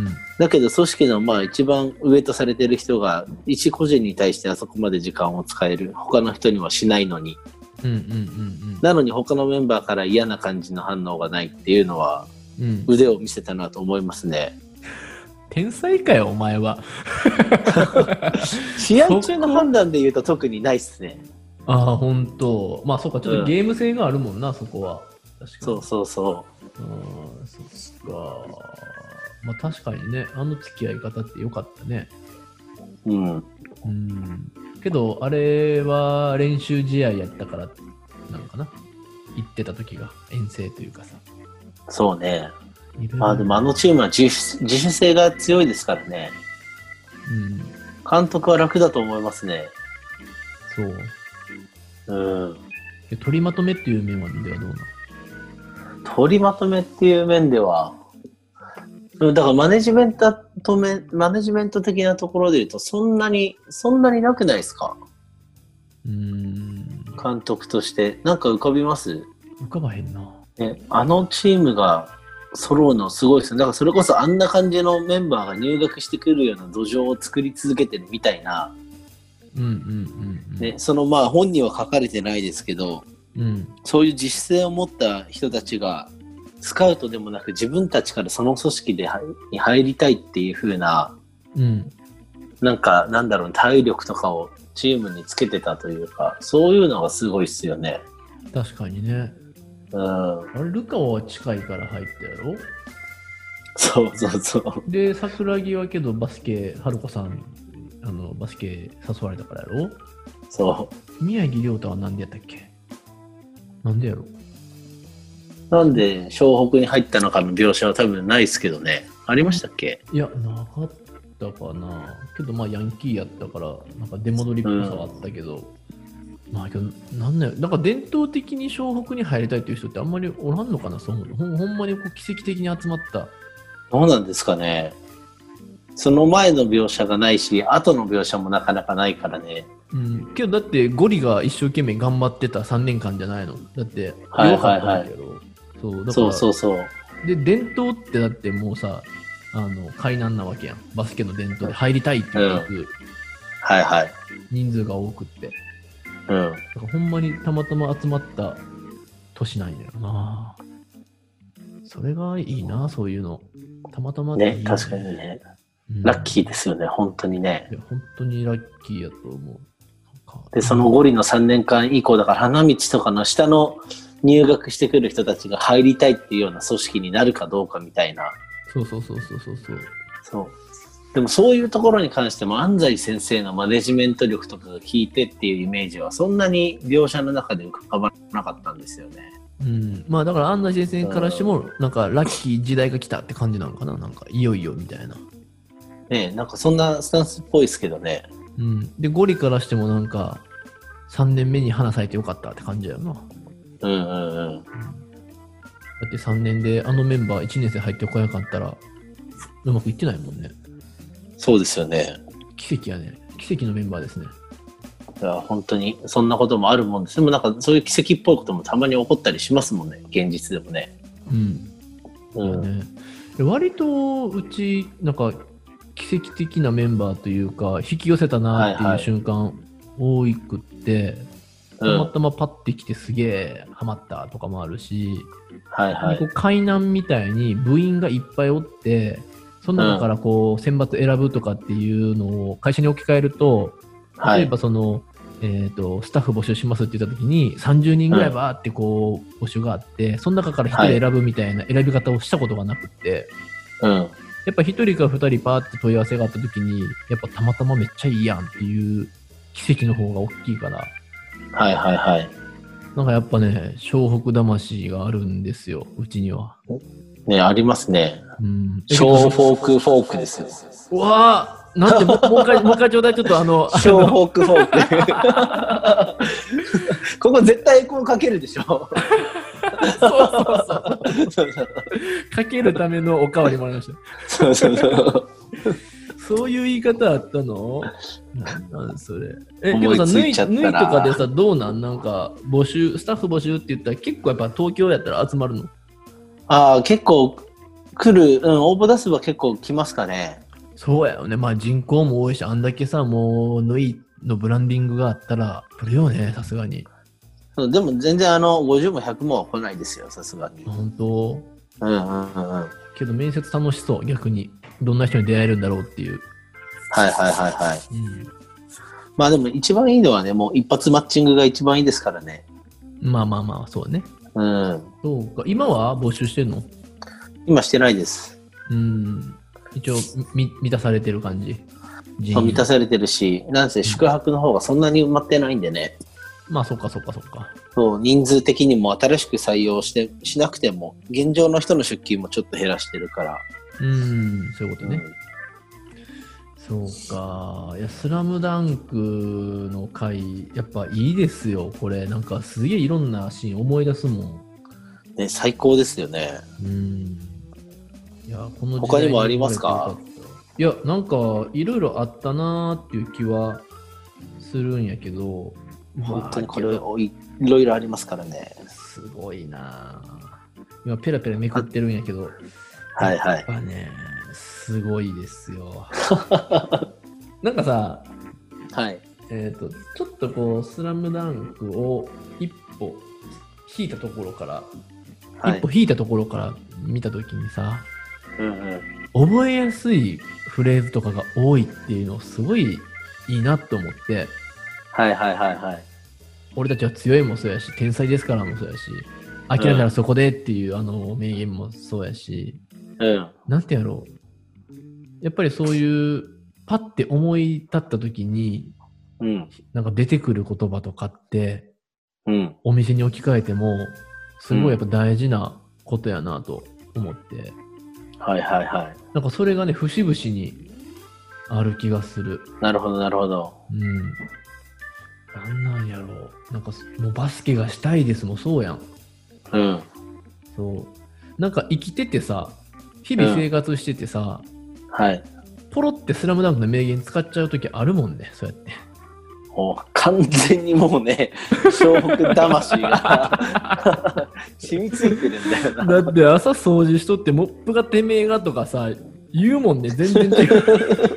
Speaker 2: だけど組織のまあ一番上とされてる人が一個人に対してあそこまで時間を使える、他の人にはしないのに、
Speaker 3: うんうんうんうん。
Speaker 2: なのに他のメンバーから嫌な感じの反応がないっていうのは
Speaker 3: うん
Speaker 2: 腕を見せたなと思いますね。
Speaker 3: 天才かよお前は。
Speaker 2: 試合中の判断で言うと特にないっすね。
Speaker 3: ああ、ほんと。まあそっか、ちょっとゲーム性があるもんな、うん、そこは。確かに。
Speaker 2: そうそうそう。
Speaker 3: ああ、そっか。まあ確かにね、あの付き合い方ってよかったね。
Speaker 2: うん。
Speaker 3: うん。けど、あれは練習試合やったからなのかな。行ってた時が、遠征というかさ。
Speaker 2: そうね。まあでもあのチームは自主、自主性が強いですからね。
Speaker 3: うん。
Speaker 2: 監督は楽だと思いますね。
Speaker 3: そう。
Speaker 2: うん。
Speaker 3: で取りまとめっていう面ではどうなの？
Speaker 2: 取りまとめっていう面では、だからマネジメントとめ、マネジメント的なところで言うと、そんなに、そんなになくないですか？
Speaker 3: うーん。
Speaker 2: 監督として。なんか浮かびます？
Speaker 3: 浮かばへんな。
Speaker 2: ね、あのチームが揃うのすごいですね。だからそれこそあんな感じのメンバーが入学してくるような土壌を作り続けてるみたいな。
Speaker 3: うんうんうんうん。
Speaker 2: ね、そのまあ本には書かれてないですけど、
Speaker 3: うん、
Speaker 2: そういう自主性を持った人たちがスカウトでもなく自分たちからその組織でに入りたいっていう風な、
Speaker 3: うん、
Speaker 2: なんかなんだろう、体力とかをチームにつけてたというか、そういうのがすごいっすよね。
Speaker 3: 確かにね。
Speaker 2: うん。
Speaker 3: あれルカワは近いから入ったやろ？
Speaker 2: そうそうそう。
Speaker 3: で桜木はけどバスケ春子さんあのバスケ誘われたからやろ？
Speaker 2: そう。
Speaker 3: 宮城亮太はなんでやったっけ？なんでやろ？
Speaker 2: なんで湘北に入ったのかの描写は多分ないですけどね。ありましたっけ？
Speaker 3: いや、なかったかな。けどまあヤンキーやったからなんか出戻りっぽさはあったけど、うん、まあけどなんだよ、なんか伝統的に湘北に入りたいという人ってあんまりおらんのかな。そうほんほんまにこう奇跡的に集まった。
Speaker 2: どうなんですかね。その前の描写がないし、後の描写もなかなかないからね。
Speaker 3: うん、けどだってゴリが一生懸命頑張ってたさんねんかんじゃないの。だって
Speaker 2: はいはいはい。
Speaker 3: そうだから
Speaker 2: そうそうそう。
Speaker 3: で伝統ってだってもうさ、あの海南なわけやん。バスケの伝統で入りたいっていう、うん、
Speaker 2: はいはい。
Speaker 3: 人数が多くって。
Speaker 2: うん。
Speaker 3: だからほんまにたまたま集まった年なんやろな。それがいいな、そういうの。たまたま
Speaker 2: ね、ね、確かにね。うん、ラッキーですよね、本当にね。
Speaker 3: いや本当にラッキーやと思う。
Speaker 2: で、そのゴリのさんねんかん以降だから、花道とかの下の入学してくる人たちが入りたいっていうような組織になるかどうかみたいな。
Speaker 3: そうそうそうそうそうそう。
Speaker 2: そう。でもそういうところに関しても安西先生のマネジメント力とかが効いてっていうイメージはそんなに描写の中で浮かばなかったんですよね。
Speaker 3: うん、まあだから安西先生からしてもなんかラッキー時代が来たって感じなのかな。なんかいよいよみたいな。
Speaker 2: ねえ、なんかそんなスタンスっぽいですけどね。
Speaker 3: うん。でゴリからしてもなんかさんねんめに花咲いてよかったって感じやな。
Speaker 2: うんうんうん。
Speaker 3: だってさんねんであのメンバーいちねん生入ってこなかったらうまくいってないもんね。
Speaker 2: そうですよね。
Speaker 3: 奇跡やね。奇跡のメンバーですね。
Speaker 2: いや本当にそんなこともあるもんです。でもなんかそういう奇跡っぽいこともたまに起こったりしますもんね、現実でもね。
Speaker 3: うん。うんね、割とうちなんか奇跡的なメンバーというか引き寄せたなっていう瞬間多くって、はいはい、たまたまパッてきてすげえハマったとかもあるし、
Speaker 2: はいはい、
Speaker 3: こう海南みたいに部員がいっぱいおってその中からこう選抜選ぶとかっていうのを会社に置き換えると、例えばその、はいえーと、スタッフ募集しますって言った時にさんじゅうにんぐらいバーってこう募集があって、うん、その中からひとり選ぶみたいな選び方をしたことがなくって、
Speaker 2: うん、
Speaker 3: やっぱひとりかふたりパーって問い合わせがあった時にやっぱたまたまめっちゃいいやんっていう奇跡の方が大きいから、
Speaker 2: はいはいはい、
Speaker 3: なんかやっぱね湘北魂があるんですよ、うちには
Speaker 2: ね。ありますね。
Speaker 3: 湘
Speaker 2: 北フォークフォークですよ。
Speaker 3: うわーなんてもう一回もう一回ちょうだい。ちょっとあの
Speaker 2: 湘北フォークここ絶対エコーかけるでしょ。そう
Speaker 3: そうそうかけるためのおかわりもありました。
Speaker 2: そうそうそう
Speaker 3: そういう言い方あったの？なんなんそれ。え、でもさ、縫い、縫いとかでさ、どうなん？なんか募集、スタッフ募集って言ったら結構やっぱ東京やったら集まるの？
Speaker 2: ああ、結構来る、うん、応募出せば結構来ますかね。
Speaker 3: そうやよね。まあ人口も多いし、あんだけさ、もう縫いのブランディングがあったら来るよね、さすがに。
Speaker 2: でも全然あのごじゅうもひゃくもは来ないですよ、さすがに。
Speaker 3: 本当？
Speaker 2: うんうんうんうん。
Speaker 3: けど面接楽しそう、逆に。どんな人に出会えるんだろうっていう。
Speaker 2: はいはいはいはい。
Speaker 3: うん、
Speaker 2: まあでも一番いいのはね、もう一発マッチングが一番いいですからね。
Speaker 3: まあまあまあ、そうね。
Speaker 2: うん。
Speaker 3: そうか。今は募集してんの？
Speaker 2: 今してないです。
Speaker 3: うん。一応み満たされてる感じ。
Speaker 2: そう満たされてるし、なんせ宿泊の方がそんなに埋まってないんでね。
Speaker 3: うん、まあそっかそっかそっか。
Speaker 2: そう人数的にも新しく採用してしなくても現状の人の出勤もちょっと減らしてるから。
Speaker 3: うん、そういうことね。うん、そうか。いや、スラムダンクの回やっぱいいですよ。これなんかすげえいろんなシーン思い出すもん。
Speaker 2: ね、最高ですよね。
Speaker 3: うん。いや、この
Speaker 2: 他にもありますか？
Speaker 3: いや、なんかいろいろあったなーっていう気はするんやけど、
Speaker 2: 本当にこれいろいろありますからね。
Speaker 3: すごいな。今ペラペラめくってるんやけど、
Speaker 2: はいはい。
Speaker 3: やっぱね、すごいですよ。なんかさ、
Speaker 2: はい。
Speaker 3: えっと、ちょっとこう、スラムダンクを一歩引いたところから、はい、一歩引いたところから見たときにさ、
Speaker 2: うんうん、
Speaker 3: 覚えやすいフレーズとかが多いっていうのすごいいいなと思って、
Speaker 2: はいはいはいはい。
Speaker 3: 俺たちは強いもそうやし、天才ですからもそうやし、諦めたらそこでっていう、うん、あの名言もそうやし、
Speaker 2: うん、
Speaker 3: なんてやろう。やっぱりそういうパッて思い立った時に、
Speaker 2: うん、
Speaker 3: なんか出てくる言葉とかって、
Speaker 2: うん、
Speaker 3: お店に置き換えてもすごいやっぱ大事なことやなと思って、うん、
Speaker 2: はいはいはい。
Speaker 3: なんかそれがね節々にある気がする。
Speaker 2: なるほどなるほど。
Speaker 3: うん。なんなんやろう。なんかもうバスケがしたいですもんそうやん。
Speaker 2: うん。
Speaker 3: そう。なんか生きててさ、日々生活しててさ、
Speaker 2: うん、はい。
Speaker 3: ポロってスラムダンクの名言使っちゃうときあるもんね、そうやって。
Speaker 2: もう完全にもうね、湘北魂が染みついてるんだよな。
Speaker 3: だって朝掃除しとってモップがてめえがとかさ、言うもんね、全然違う。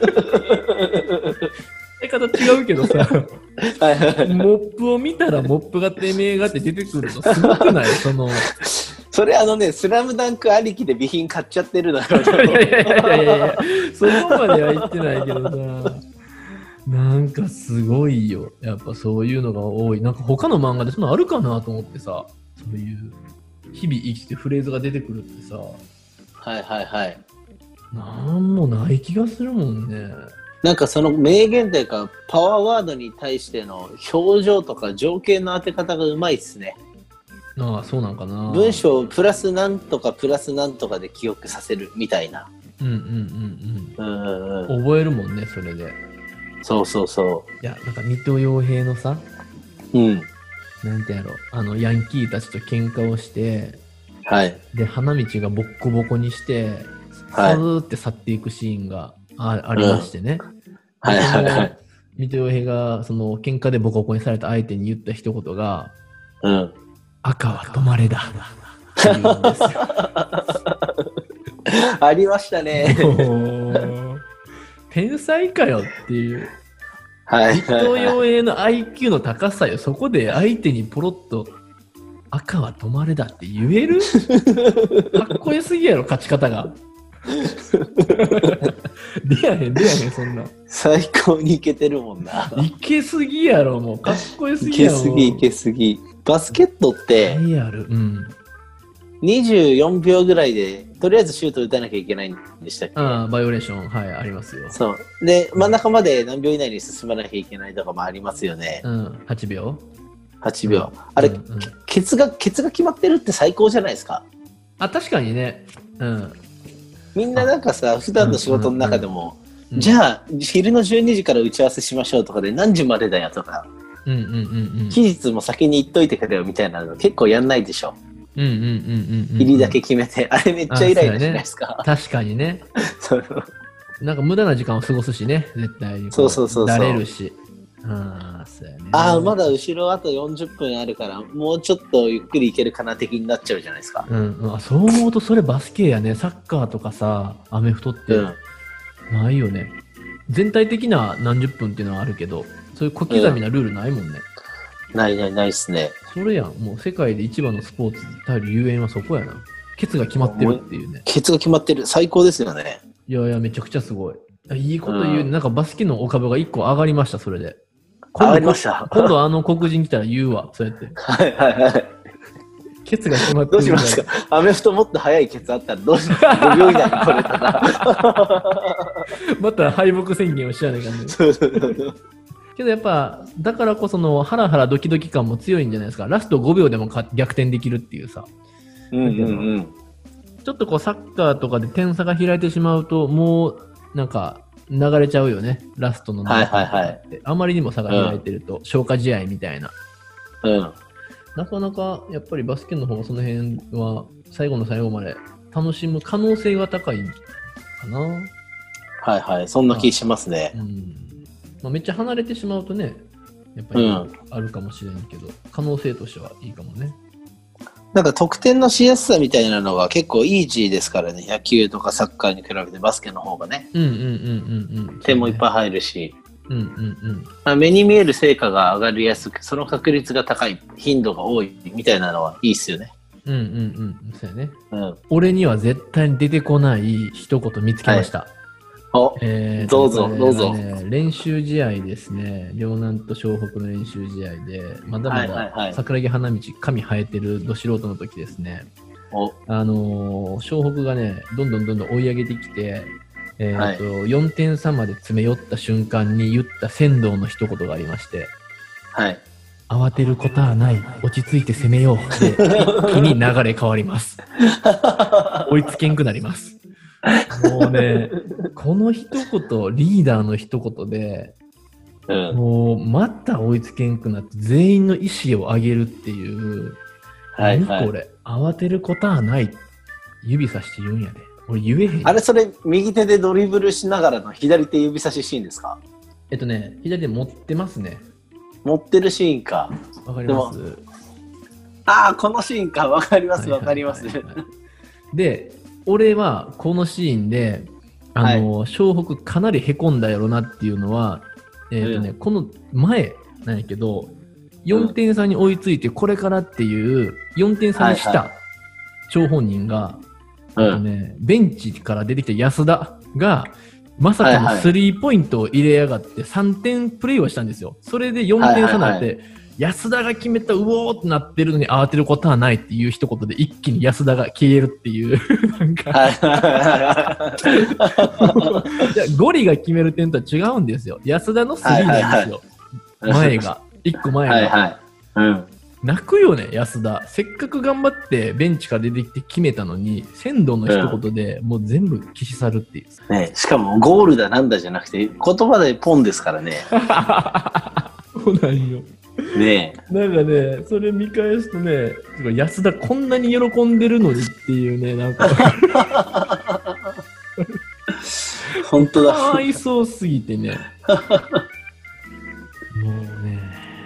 Speaker 3: 言い方違うけどさ、はいはい、モップを見たらモップがてめえがって出てくるのすごくない？その
Speaker 2: それあのね、スラムダンクありきで備品買っちゃってるのよ。
Speaker 3: いやいやいやいやいや、そこまでは言ってないけどさ、なんかすごいよ。やっぱそういうのが多い。なんか他の漫画でそんなあるかなと思ってさ、そういう日々生きてフレーズが出てくるってさ、
Speaker 2: はいはいはい。
Speaker 3: なんもない気がするもんね。
Speaker 2: なんかその名言というかパワーワードに対しての表情とか情景の当て方がうまいっすね。
Speaker 3: ああ、そうなんかな。
Speaker 2: 文章をプラスなんとかプラスなんとかで記憶させるみたいな。
Speaker 3: うんうんうんうん。
Speaker 2: うんうんうん。
Speaker 3: 覚えるもんね、それで。
Speaker 2: そうそうそう。
Speaker 3: いや、なんか水戸洋平のさ、
Speaker 2: うん。
Speaker 3: なんてやろ、あの、ヤンキーたちと喧嘩をして、
Speaker 2: はい。
Speaker 3: で、花道がボッコボコにして、
Speaker 2: はい
Speaker 3: スーって去っていくシーンが あ, ありましてね。
Speaker 2: はいはいはい。
Speaker 3: 水戸洋平が、その、喧嘩でボコボコにされた相手に言った一言が、
Speaker 2: うん。
Speaker 3: 赤は止まれだ。って言うんですよ。
Speaker 2: ありましたね。
Speaker 3: 天才かよっていう。
Speaker 2: はい。
Speaker 3: 水戸洋平の アイキュー の高さよ。そこで相手にポロッと、赤は止まれだって言えるかっこよすぎやろ、勝ち方が。でやへん、でやへん、そんな。
Speaker 2: 最高にイケてるもんな。
Speaker 3: いけすぎやろ、もう。かっこよすぎやろ。
Speaker 2: いけすぎ、いけすぎ。バスケットって、
Speaker 3: リアル、うん。
Speaker 2: にじゅうよんびょうぐらいで、とりあえずシュート打たなきゃいけないんでしたっけ？
Speaker 3: ああ、バイオレーション、はい、ありますよ。
Speaker 2: そう。で、真ん中まで何秒以内に進まなきゃいけないとかもありますよね。
Speaker 3: うん、はちびょう
Speaker 2: はちびょう。あれ、うんうん、ケツが、ケツが決まってるって最高じゃないですか。
Speaker 3: あ、確かにね。うん。
Speaker 2: みんななんかさ、普段の仕事の中でも、うんうんうん、じゃあ、昼のじゅうにじから打ち合わせしましょうとかで何時までだよとか、
Speaker 3: うんうんうんうん、
Speaker 2: 期日も先に言っといてくれよみたいなの結構やんないでしょ。
Speaker 3: うんうんうんうん、うん。
Speaker 2: 入りだけ決めて、あれめっちゃイライラしないですか？
Speaker 3: ね、確かにね。なんか無駄な時間を過ごすしね、絶対に。
Speaker 2: そうそうそうそう。
Speaker 3: だれるし。あ, そうやね、
Speaker 2: ああ、まだ後ろあとよんじゅっぷんあるから、もうちょっとゆっくりいけるかな的になっちゃうじゃないですか。
Speaker 3: うん、あ、そう思うとそれバスケやね。サッカーとかさ、アメフトってないよね。うん、全体的な何十分っていうのはあるけど、そういう小刻みなルールないもんね。
Speaker 2: うん、ないないないっすね。
Speaker 3: それやん。もう世界で一番のスポーツ対るゆえんはそこやな。ケツが決まってるっていうね。
Speaker 2: ケツが決まってる。最高ですよね。
Speaker 3: いやいや、めちゃくちゃすごい。いいこと言う、ね、うん、なんかバスケのお株がいっこ上がりました、それで。
Speaker 2: 上がりました。
Speaker 3: 今度あの黒人来たら言うわ、そうやって。
Speaker 2: はいはいはい。
Speaker 3: ケツが決まってる。
Speaker 2: どうしますか？アメフトもっと速いケツあったらどうしますか？ごびょう以内にこれたら。
Speaker 3: また敗北宣言をしやないかんね。けどやっぱ、だからこそのハラハラドキドキ感も強いんじゃないですか。ラストごびょうでも逆転できるっていうさ。
Speaker 2: うんうんうん。
Speaker 3: ちょっとこうサッカーとかで点差が開いてしまうと、もうなんか、流れちゃうよね、ラストの中で、はいはいはい、あまりにも差が開いてると、うん、消化試合みたいな、
Speaker 2: うん、
Speaker 3: なかなかやっぱりバスケの方がその辺は最後の最後まで楽しむ可能性が高いかな。
Speaker 2: はいはい、そんな気しますね。
Speaker 3: まあうんまあ、めっちゃ離れてしまうとね、やっぱりあるかもしれんけど、うん、可能性としてはいいかもね。
Speaker 2: なんか得点のしやすさみたいなのが結構イージーですからね。野球とかサッカーに比べてバスケの方がね。
Speaker 3: うんうんうんうんうん。
Speaker 2: 点もいっぱい入るし。
Speaker 3: うんうんうん。
Speaker 2: まあ、目に見える成果が上がりやすく、その確率が高い、頻度が多いみたいなのはいいっすよね。
Speaker 3: うんうんうん。そうやね。
Speaker 2: うん。
Speaker 3: 俺には絶対に出てこない一言見つけました。はい、
Speaker 2: お、えー、どうぞどうぞ、
Speaker 3: ね。練習試合ですね。両南と湘北の練習試合で、まだまだ桜木花道、髪生えてるど素人の時ですね。
Speaker 2: お
Speaker 3: あのー、湘北がね、どんどんどんどん追い上げてきて、えーとはい、よんてん差まで詰め寄った瞬間に言った仙道の一言がありまして、
Speaker 2: はい。
Speaker 3: 慌てることはない。落ち着いて攻めよう。で、一気に流れ変わります。追いつけんくなります。もうね、この一言、リーダーの一言で、うん、もうまた追いつけんくなって全員の意思を上げるっていう、はいはい、何これ、慌てることはない。指さして言うんやで。俺言えへん。
Speaker 2: あれ、それ右手でドリブルしながらの左手指差しシーンですか？
Speaker 3: えっとね、左手持ってますね。
Speaker 2: 持ってるシーンか。
Speaker 3: わかります？
Speaker 2: ああ、このシーンか。わかりますわかります。
Speaker 3: で、俺はこのシーンで、あの、はい、湘北かなりへこんだやろなっていうのは、えーとねうん、この前なんやけど、よんてん差に追いついてこれからっていう、よんてん差にした張本人が、はいはいね、ベンチから出てきた安田が、まさかのスリーポイントを入れやがってさんてんプレーをしたんですよ。それでよんてん差になって、はいはいはい、安田が決めた、うおーってなってるのに慌てることはないっていう一言で一気に安田が消えるっていうなんかゴリが決める点とは違うんですよ。安田のスリーなんですよ、はいはいはい、前が一個前が、はいはいうん、泣くよね安田。せっかく頑張ってベンチから出てきて決めたのに仙道の一言でもう全部消し去るっていう、
Speaker 2: ね、しかもゴールだなんだじゃなくて言葉でポンですからね
Speaker 3: そうなんよ。
Speaker 2: ね
Speaker 3: え。なんかね、それ見返すとね、安田こんなに喜んでるのにっていうね、なんか。
Speaker 2: 本当だ。
Speaker 3: かわいそうすぎてね。もうね、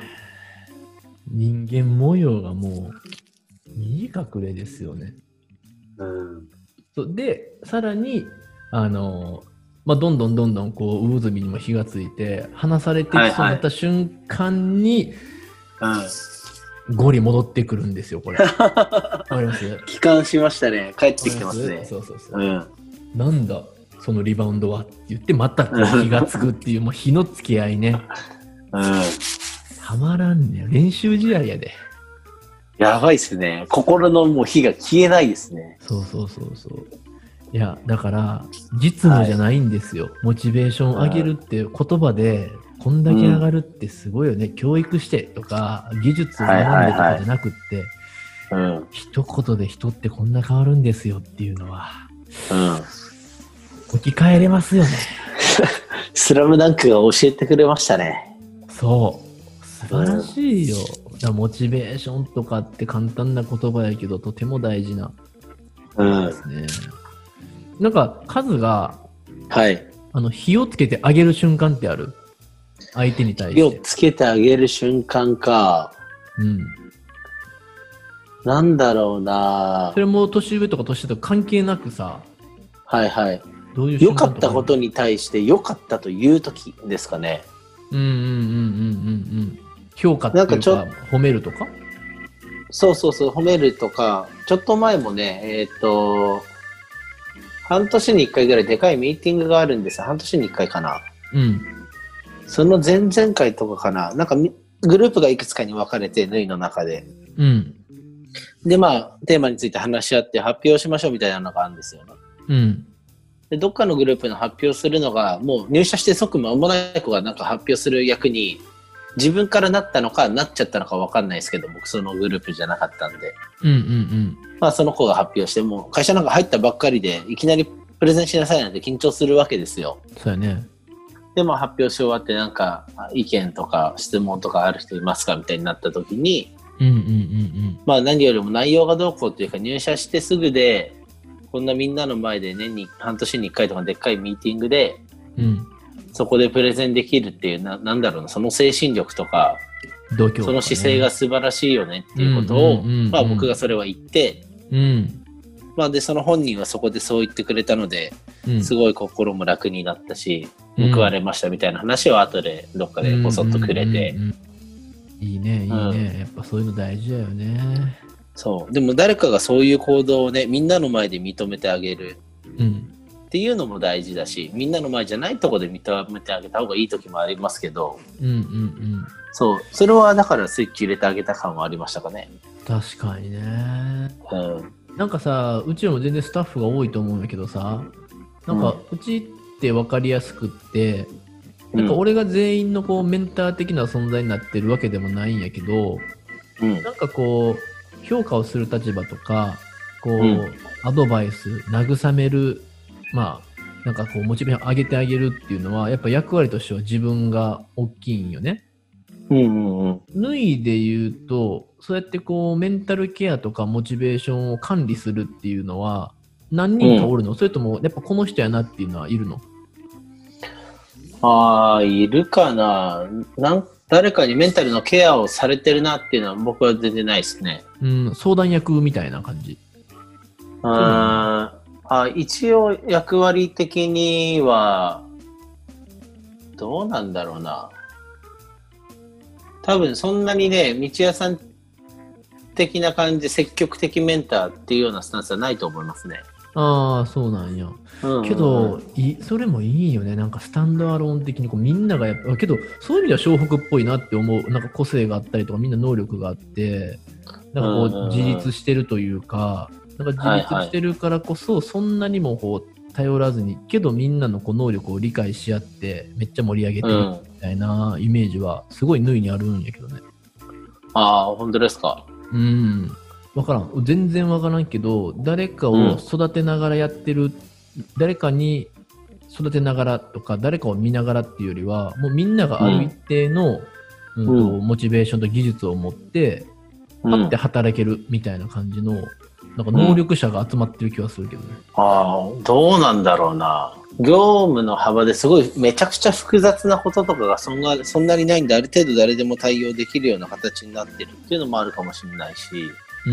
Speaker 3: 人間模様がもう、右隠れですよね。
Speaker 2: うん、
Speaker 3: そうで、さらに、あの、まあ、どんどんどんどんこう、魚住にも火がついて、離されてきそうになった瞬間に、
Speaker 2: はいはい、
Speaker 3: ゴリ戻ってくるんですよ、これ。わかります？
Speaker 2: 帰還しましたね。帰ってきてますね。
Speaker 3: そうそうそう。
Speaker 2: うん、
Speaker 3: なんだ、そのリバウンドはって言って、またこう火がつくっていう、もう火のつき合いね。
Speaker 2: うん。
Speaker 3: たまらんね。練習試合やで。
Speaker 2: やばいっすね。心のもう火が消えないですね。
Speaker 3: そうそうそうそう。いや、だから、実務じゃないんですよ。はい、モチベーション上げるって言葉で、こんだけ上がるってすごいよね。うん、教育してとか、技術を学んでとかじゃなくって、はいはいはい、うん、一言で人ってこんな変わるんですよっていうのは、うん、置き換えれますよね。
Speaker 2: スラムダンクが教えてくれましたね。
Speaker 3: そう。素晴らしいよ。うん、だモチベーションとかって簡単な言葉やけど、とても大事な。
Speaker 2: うん。
Speaker 3: ですね。なんか、カズが、
Speaker 2: はい。
Speaker 3: あの、火をつけてあげる瞬間ってある？相手に対して。
Speaker 2: 火をつけてあげる瞬間か。
Speaker 3: うん。
Speaker 2: なんだろうな。
Speaker 3: それも年上とか年下とか関係なくさ。
Speaker 2: はいはい。
Speaker 3: どういう
Speaker 2: 良かったことに対して良かったというときですかね。
Speaker 3: うんうんうんうんうんうん。評価っていうか、なんかちょ褒めるとか？
Speaker 2: そうそうそう、褒めるとか、ちょっと前もね、えっと、半年にいっかいぐらいでかいミーティングがあるんですよ。半年にいっかいかな。
Speaker 3: うん。
Speaker 2: その前々回とかかな。なんかグループがいくつかに分かれて、ヌイの中で。
Speaker 3: うん。
Speaker 2: で、まあ、テーマについて話し合って発表しましょうみたいなのがあるんですよね。
Speaker 3: うん。
Speaker 2: で、どっかのグループの発表するのが、もう入社して即間もない子がなんか発表する役に、自分からなったのか、なっちゃったのか分かんないですけど、僕そのグループじゃなかったんで。
Speaker 3: うんうんうん。
Speaker 2: まあ、その子が発表して、もう会社なんか入ったばっかりで、いきなりプレゼンしなさいなんて緊張するわけですよ。
Speaker 3: そうやね。
Speaker 2: で、まあ発表し終わってなんか意見とか質問とかある人いますかみたいになった時に、
Speaker 3: うんうんうんうん。
Speaker 2: まあ何よりも内容がどうこうっていうか入社してすぐで、こんなみんなの前で年に半年にいっかいとかでっかいミーティングで、
Speaker 3: うん、
Speaker 2: そこでプレゼンできるっていうな、なんだろうな、その精神力とか、
Speaker 3: 度胸とかね、
Speaker 2: その姿勢が素晴らしいよねっていうことを、まあ僕がそれは言って、
Speaker 3: うん、
Speaker 2: まあでその本人はそこでそう言ってくれたので、うん、すごい心も楽になったし、報われましたみたいな話を後でどっかでポソッとくれて、
Speaker 3: うんうんうんうん、いいねいいね、うん、やっぱそういうの大事だよね。
Speaker 2: そうでも誰かがそういう行動をねみんなの前で認めてあげる、うん、っていうのも大事だし、みんなの前じゃないところで認めてあげた方がいい時もありますけど、
Speaker 3: うんうんうん、
Speaker 2: そうそれはだからスイッチ入れてあげた感はありましたかね。
Speaker 3: 確かにね、
Speaker 2: うん、
Speaker 3: なんかさ、うちらも全然スタッフが多いと思うんだけどさ、なんかうちって分かりやすくって、うん、なんか俺が全員のこうメンター的な存在になってるわけでもないんやけど、うん、なんかこう評価をする立場とか、こう、うん、アドバイス、慰める、まあなんかこうモチベーション上げてあげるっていうのはやっぱ役割としては自分が大きいんよね。
Speaker 2: うんうんうん、
Speaker 3: 脱いで言うと、そうやってこうメンタルケアとかモチベーションを管理するっていうのは何人かおるの、うん、それともやっぱこの人やなっていうのはいるの？
Speaker 2: ああ、いるかな。なん誰かにメンタルのケアをされてるなっていうのは僕は全然ないですね。
Speaker 3: うん、相談役みたいな感じ。
Speaker 2: ああ、一応役割的にはどうなんだろうな。多分そんなにね、道屋さん的な感じで積極的メンターっていうようなスタンスはないと思いますね。
Speaker 3: ああ、そうなんや。うんうんうん、けどい、それもいいよね。なんかスタンドアローン的にこうみんながやっぱ、けど、そういう意味では湘北っぽいなって思う。なんか個性があったりとか、みんな能力があって、なんかこう自立してるというか、なんか自立してるからこそ、そんなにもこう頼らずに、けどみんなのこう能力を理解し合って、めっちゃ盛り上げてるみたいなイメージは、すごい縫いにあるんやけどね。
Speaker 2: ああ、本当ですか。
Speaker 3: うん。わからん。全然わからんけど、誰かを育てながらやってる、うん、誰かに育てながらとか、誰かを見ながらっていうよりは、もうみんながある一定のうんと
Speaker 2: うん
Speaker 3: モチベーションと技術を持って
Speaker 2: うん
Speaker 3: パッて働けるみたいな感じの、なんか能力者が集まってる気はするけどね。
Speaker 2: ああ、どうなんだろうな。業務の幅ですごいめちゃくちゃ複雑なこととかがそんなそんなにないんで、ある程度誰でも対応できるような形になってるっていうのもあるかもしれないし。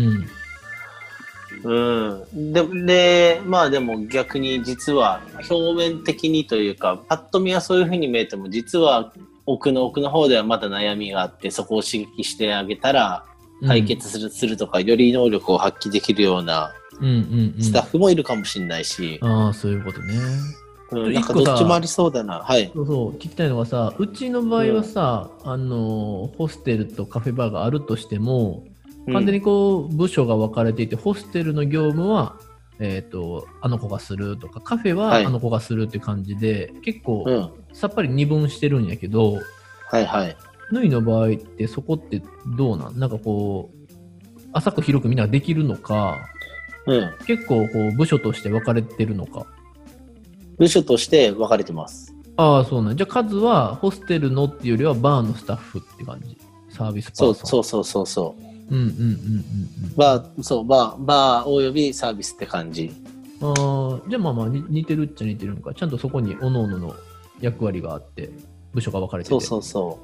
Speaker 3: うん。
Speaker 2: うん。で、でまあでも逆に実は表面的にというか、パッと見はそういうふうに見えても、実は奥の奥の方ではまだ悩みがあって、そこを刺激してあげたら解決する、するとか、より能力を発揮できるような
Speaker 3: うんうんうん。
Speaker 2: スタッフもいるかもしれないし、
Speaker 3: ああ、そういうことね。
Speaker 2: うん、なんかどっちもありそうだな。はい。
Speaker 3: そうそう、聞きたいのがさ、うちの場合はさ、うん、あの、ホステルとカフェバーがあるとしても、完全にこう、部署が分かれていて、ホステルの業務は、えっと、あの子がするとか、カフェはあの子がするっていう感じで、はい、結構、うん、さっぱり二分してるんやけど、
Speaker 2: はいはい。
Speaker 3: ヌイの場合ってそこってどうなん？なんかこう、浅く広くみんなできるのか、
Speaker 2: うん、
Speaker 3: 結構こう部署として分かれてるのか。
Speaker 2: 部署として分かれてます。
Speaker 3: ああ、そうなん。じゃあ数はホステルのっていうよりはバーのスタッフって感じ。サービスパーソン。
Speaker 2: そうそうそうそう。
Speaker 3: うんうんうんうんうん。
Speaker 2: バー、そう、バー、バーおよびサービスって感じ。
Speaker 3: ああ、じゃあまあまあ似てるっちゃ似てるのか。ちゃんとそこに各々の役割があって、部署が分かれてて。
Speaker 2: そうそうそう。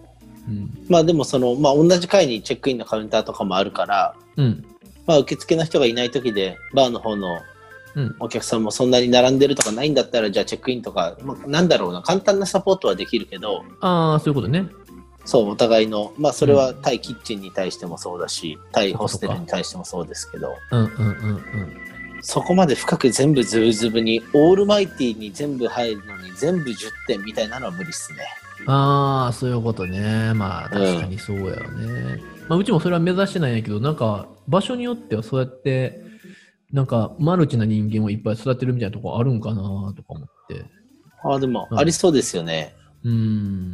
Speaker 3: うん、
Speaker 2: まあでもその、まあ同じ階にチェックインのカウンターとかもあるから、
Speaker 3: うん、
Speaker 2: まあ受付の人がいない時で、バーの方のお客さんもそんなに並んでるとかないんだったら、じゃあチェックインとか、まあ、なんだろうな、簡単なサポートはできるけど、
Speaker 3: ああ、そういうことね。
Speaker 2: そう、お互いの、まあそれは対キッチンに対してもそうだし、うん、対ホステルに対してもそうですけど、
Speaker 3: うんうんうんうん。
Speaker 2: そこまで深く全部ズブズブに、オールマイティに全部入るのに全部じゅってんみたいなのは無理っすね。
Speaker 3: ああ、そういうことね。まあ確かにそうやよね。うん、まあ、うちもそれは目指してないんやけど、なんか場所によってはそうやって、なんかマルチな人間をいっぱい育てるみたいなとこあるんかなとか思って。
Speaker 2: ああ、でもありそうですよね。
Speaker 3: うん。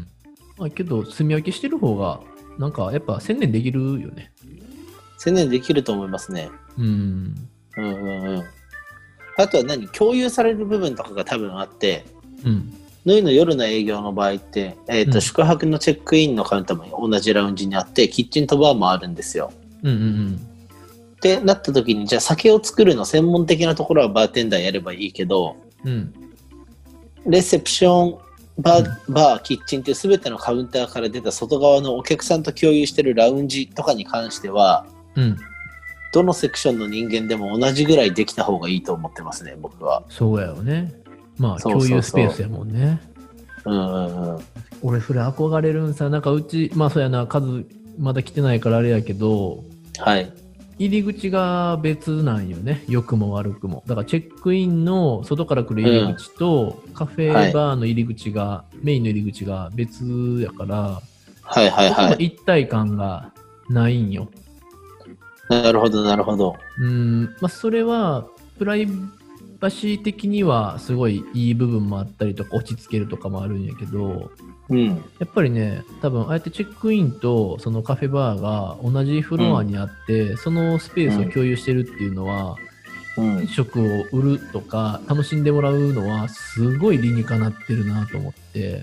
Speaker 3: まあけど、住み分けしてる方が、なんかやっぱ専念できるよね。
Speaker 2: 専念できると思いますね。
Speaker 3: うん。
Speaker 2: うんうんうん。あとは何共有される部分とかが多分あって、
Speaker 3: うん。
Speaker 2: ヌイの夜の営業の場合って、えーとうん、宿泊のチェックインのカウンターも同じラウンジにあって、キッチンとバーもあるんですよ。
Speaker 3: うんうんうん。
Speaker 2: ってなった時に、じゃあ酒を作るの専門的なところはバーテンダーやればいいけど、
Speaker 3: うん、
Speaker 2: レセプション、バー、うん、バー、キッチンっていう全てのカウンターから出た外側のお客さんと共有してるラウンジとかに関しては、
Speaker 3: うん、
Speaker 2: どのセクションの人間でも同じぐらいできた方がいいと思ってますね、僕は。
Speaker 3: そうやよね。まあ、そうそうそう共有スペースやもんね。
Speaker 2: うんうんうん。
Speaker 3: 俺、それ憧れるんさ。なんかうち、まあそうやな、数まだ来てないからあれやけど、
Speaker 2: はい。
Speaker 3: 入り口が別なんよね。良くも悪くも。だからチェックインの外から来る入り口と、うん、カフェバーの入り口が、はい、メインの入り口が別やから、
Speaker 2: はいはいはい。
Speaker 3: 一体感がないんよ。
Speaker 2: なるほどなるほど。
Speaker 3: うん、まあそれはプライバシー的にはすごいいい部分もあったりとか落ち着けるとかもあるんやけど、
Speaker 2: うん、
Speaker 3: やっぱりね、多分ああやってチェックインとそのカフェバーが同じフロアにあって、うん、そのスペースを共有してるっていうのは、うん、飲食を売るとか楽しんでもらうのはすごい理にかなってるなと思って、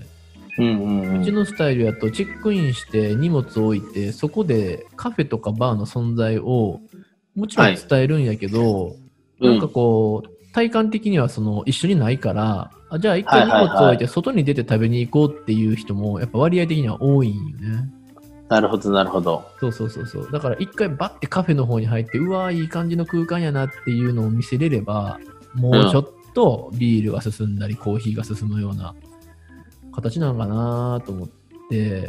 Speaker 2: うんうんうん、
Speaker 3: うちのスタイルやとチェックインして荷物を置いてそこでカフェとかバーの存在をもちろん伝えるんやけど、はい、なんかこう、うん体感的にはその一緒にないから、あじゃあ一回荷物を置いて外に出て食べに行こうっていう人もやっぱ割合的には多いんよね。
Speaker 2: なるほどなるほど。
Speaker 3: そうそうそうそう。だから一回バッてカフェの方に入って、うわーいい感じの空間やなっていうのを見せれれば、もうちょっとビールが進んだり、うん、コーヒーが進むような形なのかなと思って、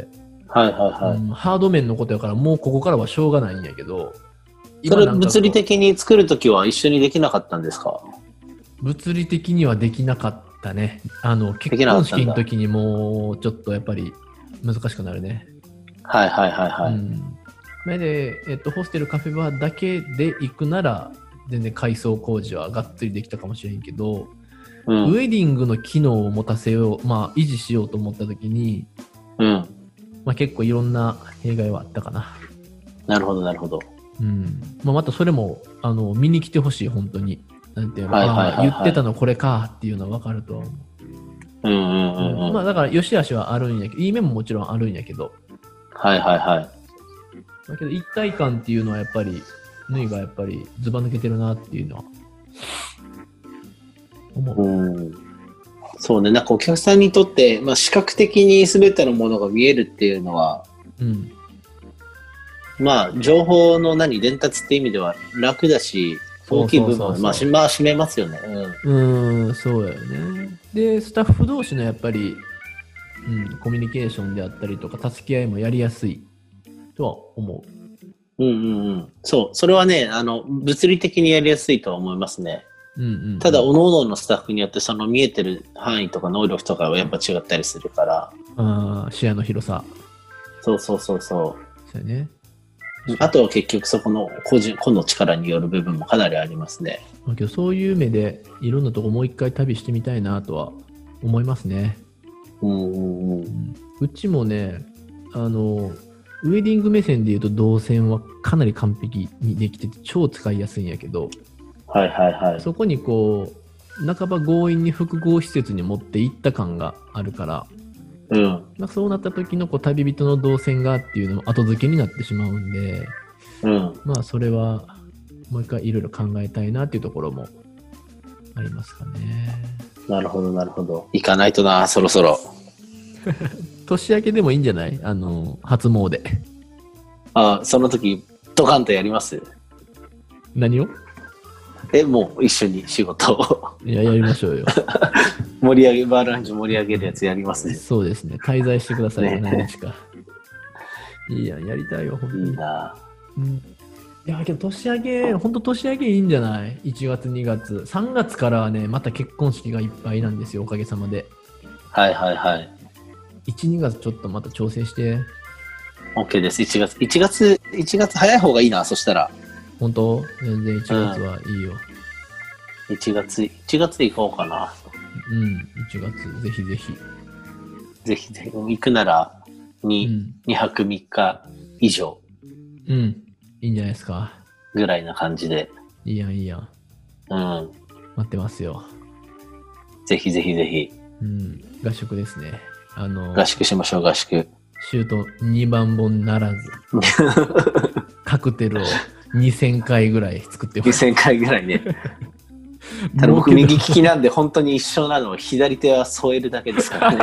Speaker 2: はいはいはい、
Speaker 3: うん。ハード面のことやからもうここからはしょうがないんやけど。
Speaker 2: それ物理的に作るときは一緒にできなかったんですか？
Speaker 3: 物理的にはできなかったね。あの結婚式の時にもうちょっとやっぱり難しくなるね。
Speaker 2: はいはいはいはい。うん、
Speaker 3: で、えっと、ホステルカフェバーだけで行くなら全然改装工事はがっつりできたかもしれんけど、うん、ウェディングの機能を持たせよう、まあ維持しようと思った時に、
Speaker 2: うん
Speaker 3: まあ、結構いろんな弊害はあったかな。
Speaker 2: なるほどなるほど。
Speaker 3: うんまあ、またそれもあの見に来てほしい本当に。なんていうの、はいはいはいはい、言ってたのこれかっていうのは分かると思う。
Speaker 2: うんうんうんうん。
Speaker 3: まあだから良し悪しはあるんやけど、いい面ももちろんあるんやけど、
Speaker 2: はいはいはい。
Speaker 3: だけど一体感っていうのはやっぱり、ヌイがやっぱりずば抜けてるなっていうのは思う。
Speaker 2: うん。そうね、なんかお客さんにとって、まあ、視覚的に全てのものが見えるっていうのは、
Speaker 3: うん。
Speaker 2: まあ、情報の何、伝達って意味では楽だし、大きい部分は、まあ、しまあ、占めますよね。
Speaker 3: うん、うーん、そうだよね。で、スタッフ同士のやっぱり、うん、コミュニケーションであったりとか、助け合いもやりやすいとは思
Speaker 2: うん。うんうんうん。そう、それはね、あの、物理的にやりやすいとは思いますね。
Speaker 3: う。うんうんうん、
Speaker 2: ただ、各々のスタッフによって、その見えてる範囲とか能力とかはやっぱ違ったりするから。
Speaker 3: あ視野の広さ。
Speaker 2: そうそうそうそ
Speaker 3: そうよね。
Speaker 2: う。あとは結局そこの個人、個の力による部分もかなりありますね。
Speaker 3: だけどそういう目でいろんなとこもう一回旅してみたいなとは思いますね。
Speaker 2: うんうんうん。
Speaker 3: うん、うちもね、あの、ウェディング目線で言うと動線はかなり完璧にできてて超使いやすいんやけど、
Speaker 2: はいはいはい。
Speaker 3: そこにこう、半ば強引に複合施設に持っていった感があるから、
Speaker 2: うん。
Speaker 3: まあ、そうなった時のこう旅人の動線がっていうのも後付けになってしまうんで、
Speaker 2: うん。
Speaker 3: まあそれはもう一回いろいろ考えたいなっていうところもありますかね。
Speaker 2: なるほどなるほど。行かないとな、そろそろ。
Speaker 3: 年明けでもいいんじゃない？あの、初詣。
Speaker 2: あ、その時、ドカンとやります？
Speaker 3: 何を？
Speaker 2: え、もう一緒に仕事を。
Speaker 3: いや、やりましょうよ。
Speaker 2: 盛り上げ、バーランジ盛り上げるやつやりますね。
Speaker 3: そうですね。滞在してくださいよ、
Speaker 2: ね
Speaker 3: 何日か。いいやん、やりたいよ、本当に。
Speaker 2: いいな。
Speaker 3: うん、いや、けど年明け、本当年明けいいんじゃない？ いち 月、にがつ。さんがつからはね、また結婚式がいっぱいなんですよ、おかげさまで。
Speaker 2: はいはいはい。
Speaker 3: いち、にがつちょっとまた調整して。
Speaker 2: OK です。いちがつ。いちがつ、いちがつ早い方がいいな、そしたら。
Speaker 3: 本当？全然いちがつはいいよ。
Speaker 2: いちがつ、いちがつで行こうかな。
Speaker 3: うん、いちがつ、ぜひぜひ。
Speaker 2: ぜひぜひ。行くならに、
Speaker 3: うん、
Speaker 2: にはくみっか以上
Speaker 3: うん、いいんじゃないですか。
Speaker 2: ぐらいな感じで。
Speaker 3: いいやん、いいやん。
Speaker 2: うん。
Speaker 3: 待ってますよ。
Speaker 2: ぜひぜひぜひ。
Speaker 3: うん、合宿ですね。あの、
Speaker 2: 合宿しましょう、合宿。
Speaker 3: シュートにばんぼんならず、カクテルをにせんかいぐらい作って
Speaker 2: にせんかいぐらいね。ただ僕右利きなんで本当に一緒なのは左手は添えるだけですから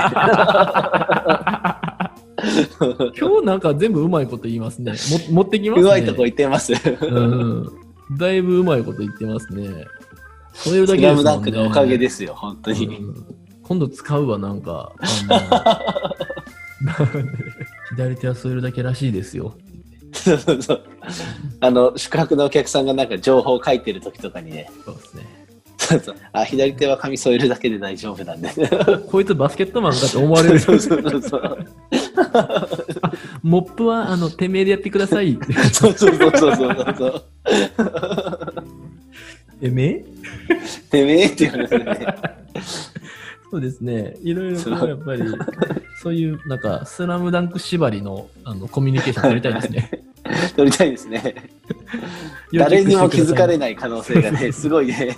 Speaker 2: ね。
Speaker 3: 今日なんか全部うまいこと言いますね。も持ってきますね。
Speaker 2: うまいとこ言ってます。
Speaker 3: うん。だいぶうまいこと言ってますね。添えるだけ
Speaker 2: スラム
Speaker 3: ですもんね。
Speaker 2: ダンクのおかげですよ、本当に。
Speaker 3: うん、今度使うわ、なんか。あの左手は添えるだけらしいですよ。
Speaker 2: そうそうそう。あの、宿泊のお客さんがなんか情報を書いてる時とかにね。
Speaker 3: そうですね。
Speaker 2: そうそう。あ、左手は紙添えるだけで大丈夫なんで。
Speaker 3: こいつバスケットマンかって思われる。
Speaker 2: そうそうそうそう
Speaker 3: モップはあのてめえでやってくださいって。
Speaker 2: そうそうそうそうそうそう。
Speaker 3: えめ
Speaker 2: てめえって言われてね。
Speaker 3: そうですね。いろいろこうやっぱりそういうなんかスラムダンク縛りのあのコミュニケーション取りたいですね。
Speaker 2: 取りたいですね。誰にも気づかれない可能性がね、すごいね。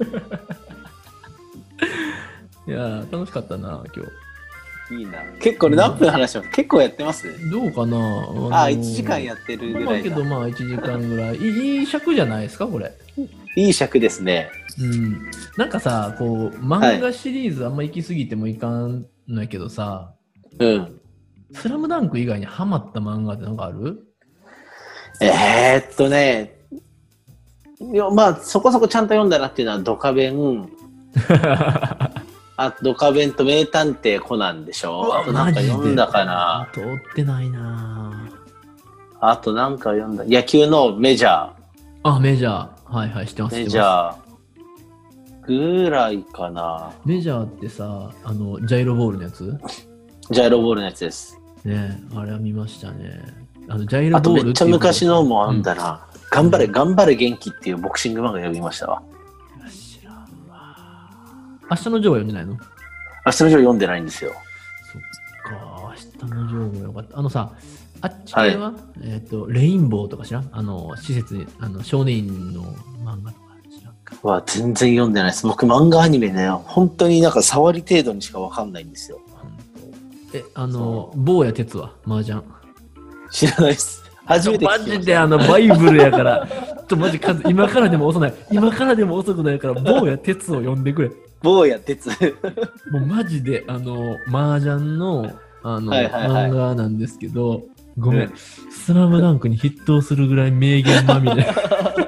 Speaker 3: いやー楽しかったな今
Speaker 2: 日。いいな。結構何分話します？結構やってます？
Speaker 3: どうかな。あ、の
Speaker 2: ー、あ、いちじかんやってるぐらいだ。
Speaker 3: まあけどまあいちじかんぐらい。いい尺じゃないですかこれ。
Speaker 2: いい尺ですね。
Speaker 3: うん。なんかさ、こう漫画シリーズあんま行き過ぎてもいかんのやけどさ、
Speaker 2: うん。
Speaker 3: スラムダンク以外にハマった漫画ってなんかある？
Speaker 2: えー、っとね、いやまあそこそこちゃんと読んだなっていうのはドカベン。あ、ドカベンと名探偵コナンでしょ。あとなんか読んだかな。
Speaker 3: 通ってないな。
Speaker 2: あとなんか読んだ。野球のメジャー。
Speaker 3: あ、メジャー。はいはい、知ってます。
Speaker 2: メジャー。ぐらいかな。
Speaker 3: メジャーってさ、あの、ジャイロボールのやつ？
Speaker 2: ジャイロボールのやつです。
Speaker 3: ねえ、あれは見ましたね。あの、ジャイロボール。
Speaker 2: あとめっちゃ昔のもあんだな。うん、頑張れ、頑張れ元気っていうボクシング漫画読みましたわ。
Speaker 3: 知らんわ。明日のジョーは読んでないの？
Speaker 2: 明日のジョー読んでないんですよ。
Speaker 3: そっか、明日のジョーもよかった。あのさ、あっち系は、はい、えっ、ー、と、レインボーとか知らん？あの、施設に、あの、少年院の漫画とか知らんか？
Speaker 2: は全然読んでないです。僕漫画アニメね、本当になんか触り程度にしかわかんないんですよ。
Speaker 3: え、あの、坊や哲は麻雀。
Speaker 2: 知らないっす。初めて聞きました。
Speaker 3: マジであのバイブルやから、ちょっとマジ数今からでも遅ない。今からでも遅くないから、坊や哲を呼んでくれ。
Speaker 2: 坊や哲。
Speaker 3: もうマジであの麻雀のあの、
Speaker 2: はいはいはい、
Speaker 3: 漫画なんですけど、ごめん、
Speaker 2: うん、
Speaker 3: スラムダンクに筆頭するぐらい名言まみれ。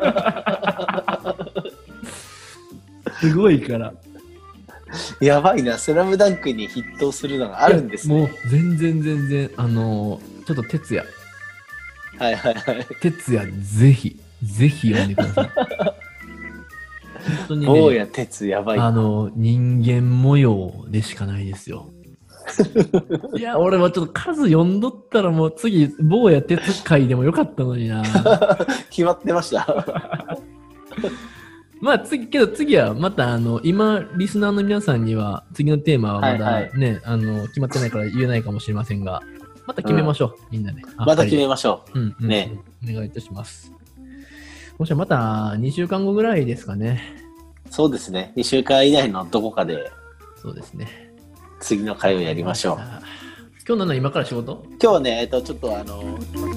Speaker 3: すごいから。
Speaker 2: やばいな、スラムダンクに筆頭するのがあるんですね。
Speaker 3: もう全然全然、あのちょっと哲也。
Speaker 2: はいはいはい。
Speaker 3: 哲也、ぜひ、ぜひ読んでください。本当にね、
Speaker 2: 坊や哲やばい。
Speaker 3: あの、人間模様でしかないですよ。いや、俺はちょっと数読んどったらもう次、坊や哲会でもよかったのにな。
Speaker 2: 決まってました。
Speaker 3: まあ次、けど次はまたあの、今、リスナーの皆さんには次のテーマはまだね、
Speaker 2: はいはい、
Speaker 3: あの、決まってないから言えないかもしれませんが、また決めましょう、うん、みんなで。
Speaker 2: また決めましょ
Speaker 3: う。うん、うん、
Speaker 2: ね。
Speaker 3: お願いいたします。もしまたにしゅうかんごぐらいですかね。
Speaker 2: そうですね。にしゅうかん以内のどこかで。
Speaker 3: そうですね。
Speaker 2: 次の回をやりましょう。
Speaker 3: 今日の今から仕事？
Speaker 2: 今日はね、えっと、ちょっとあの、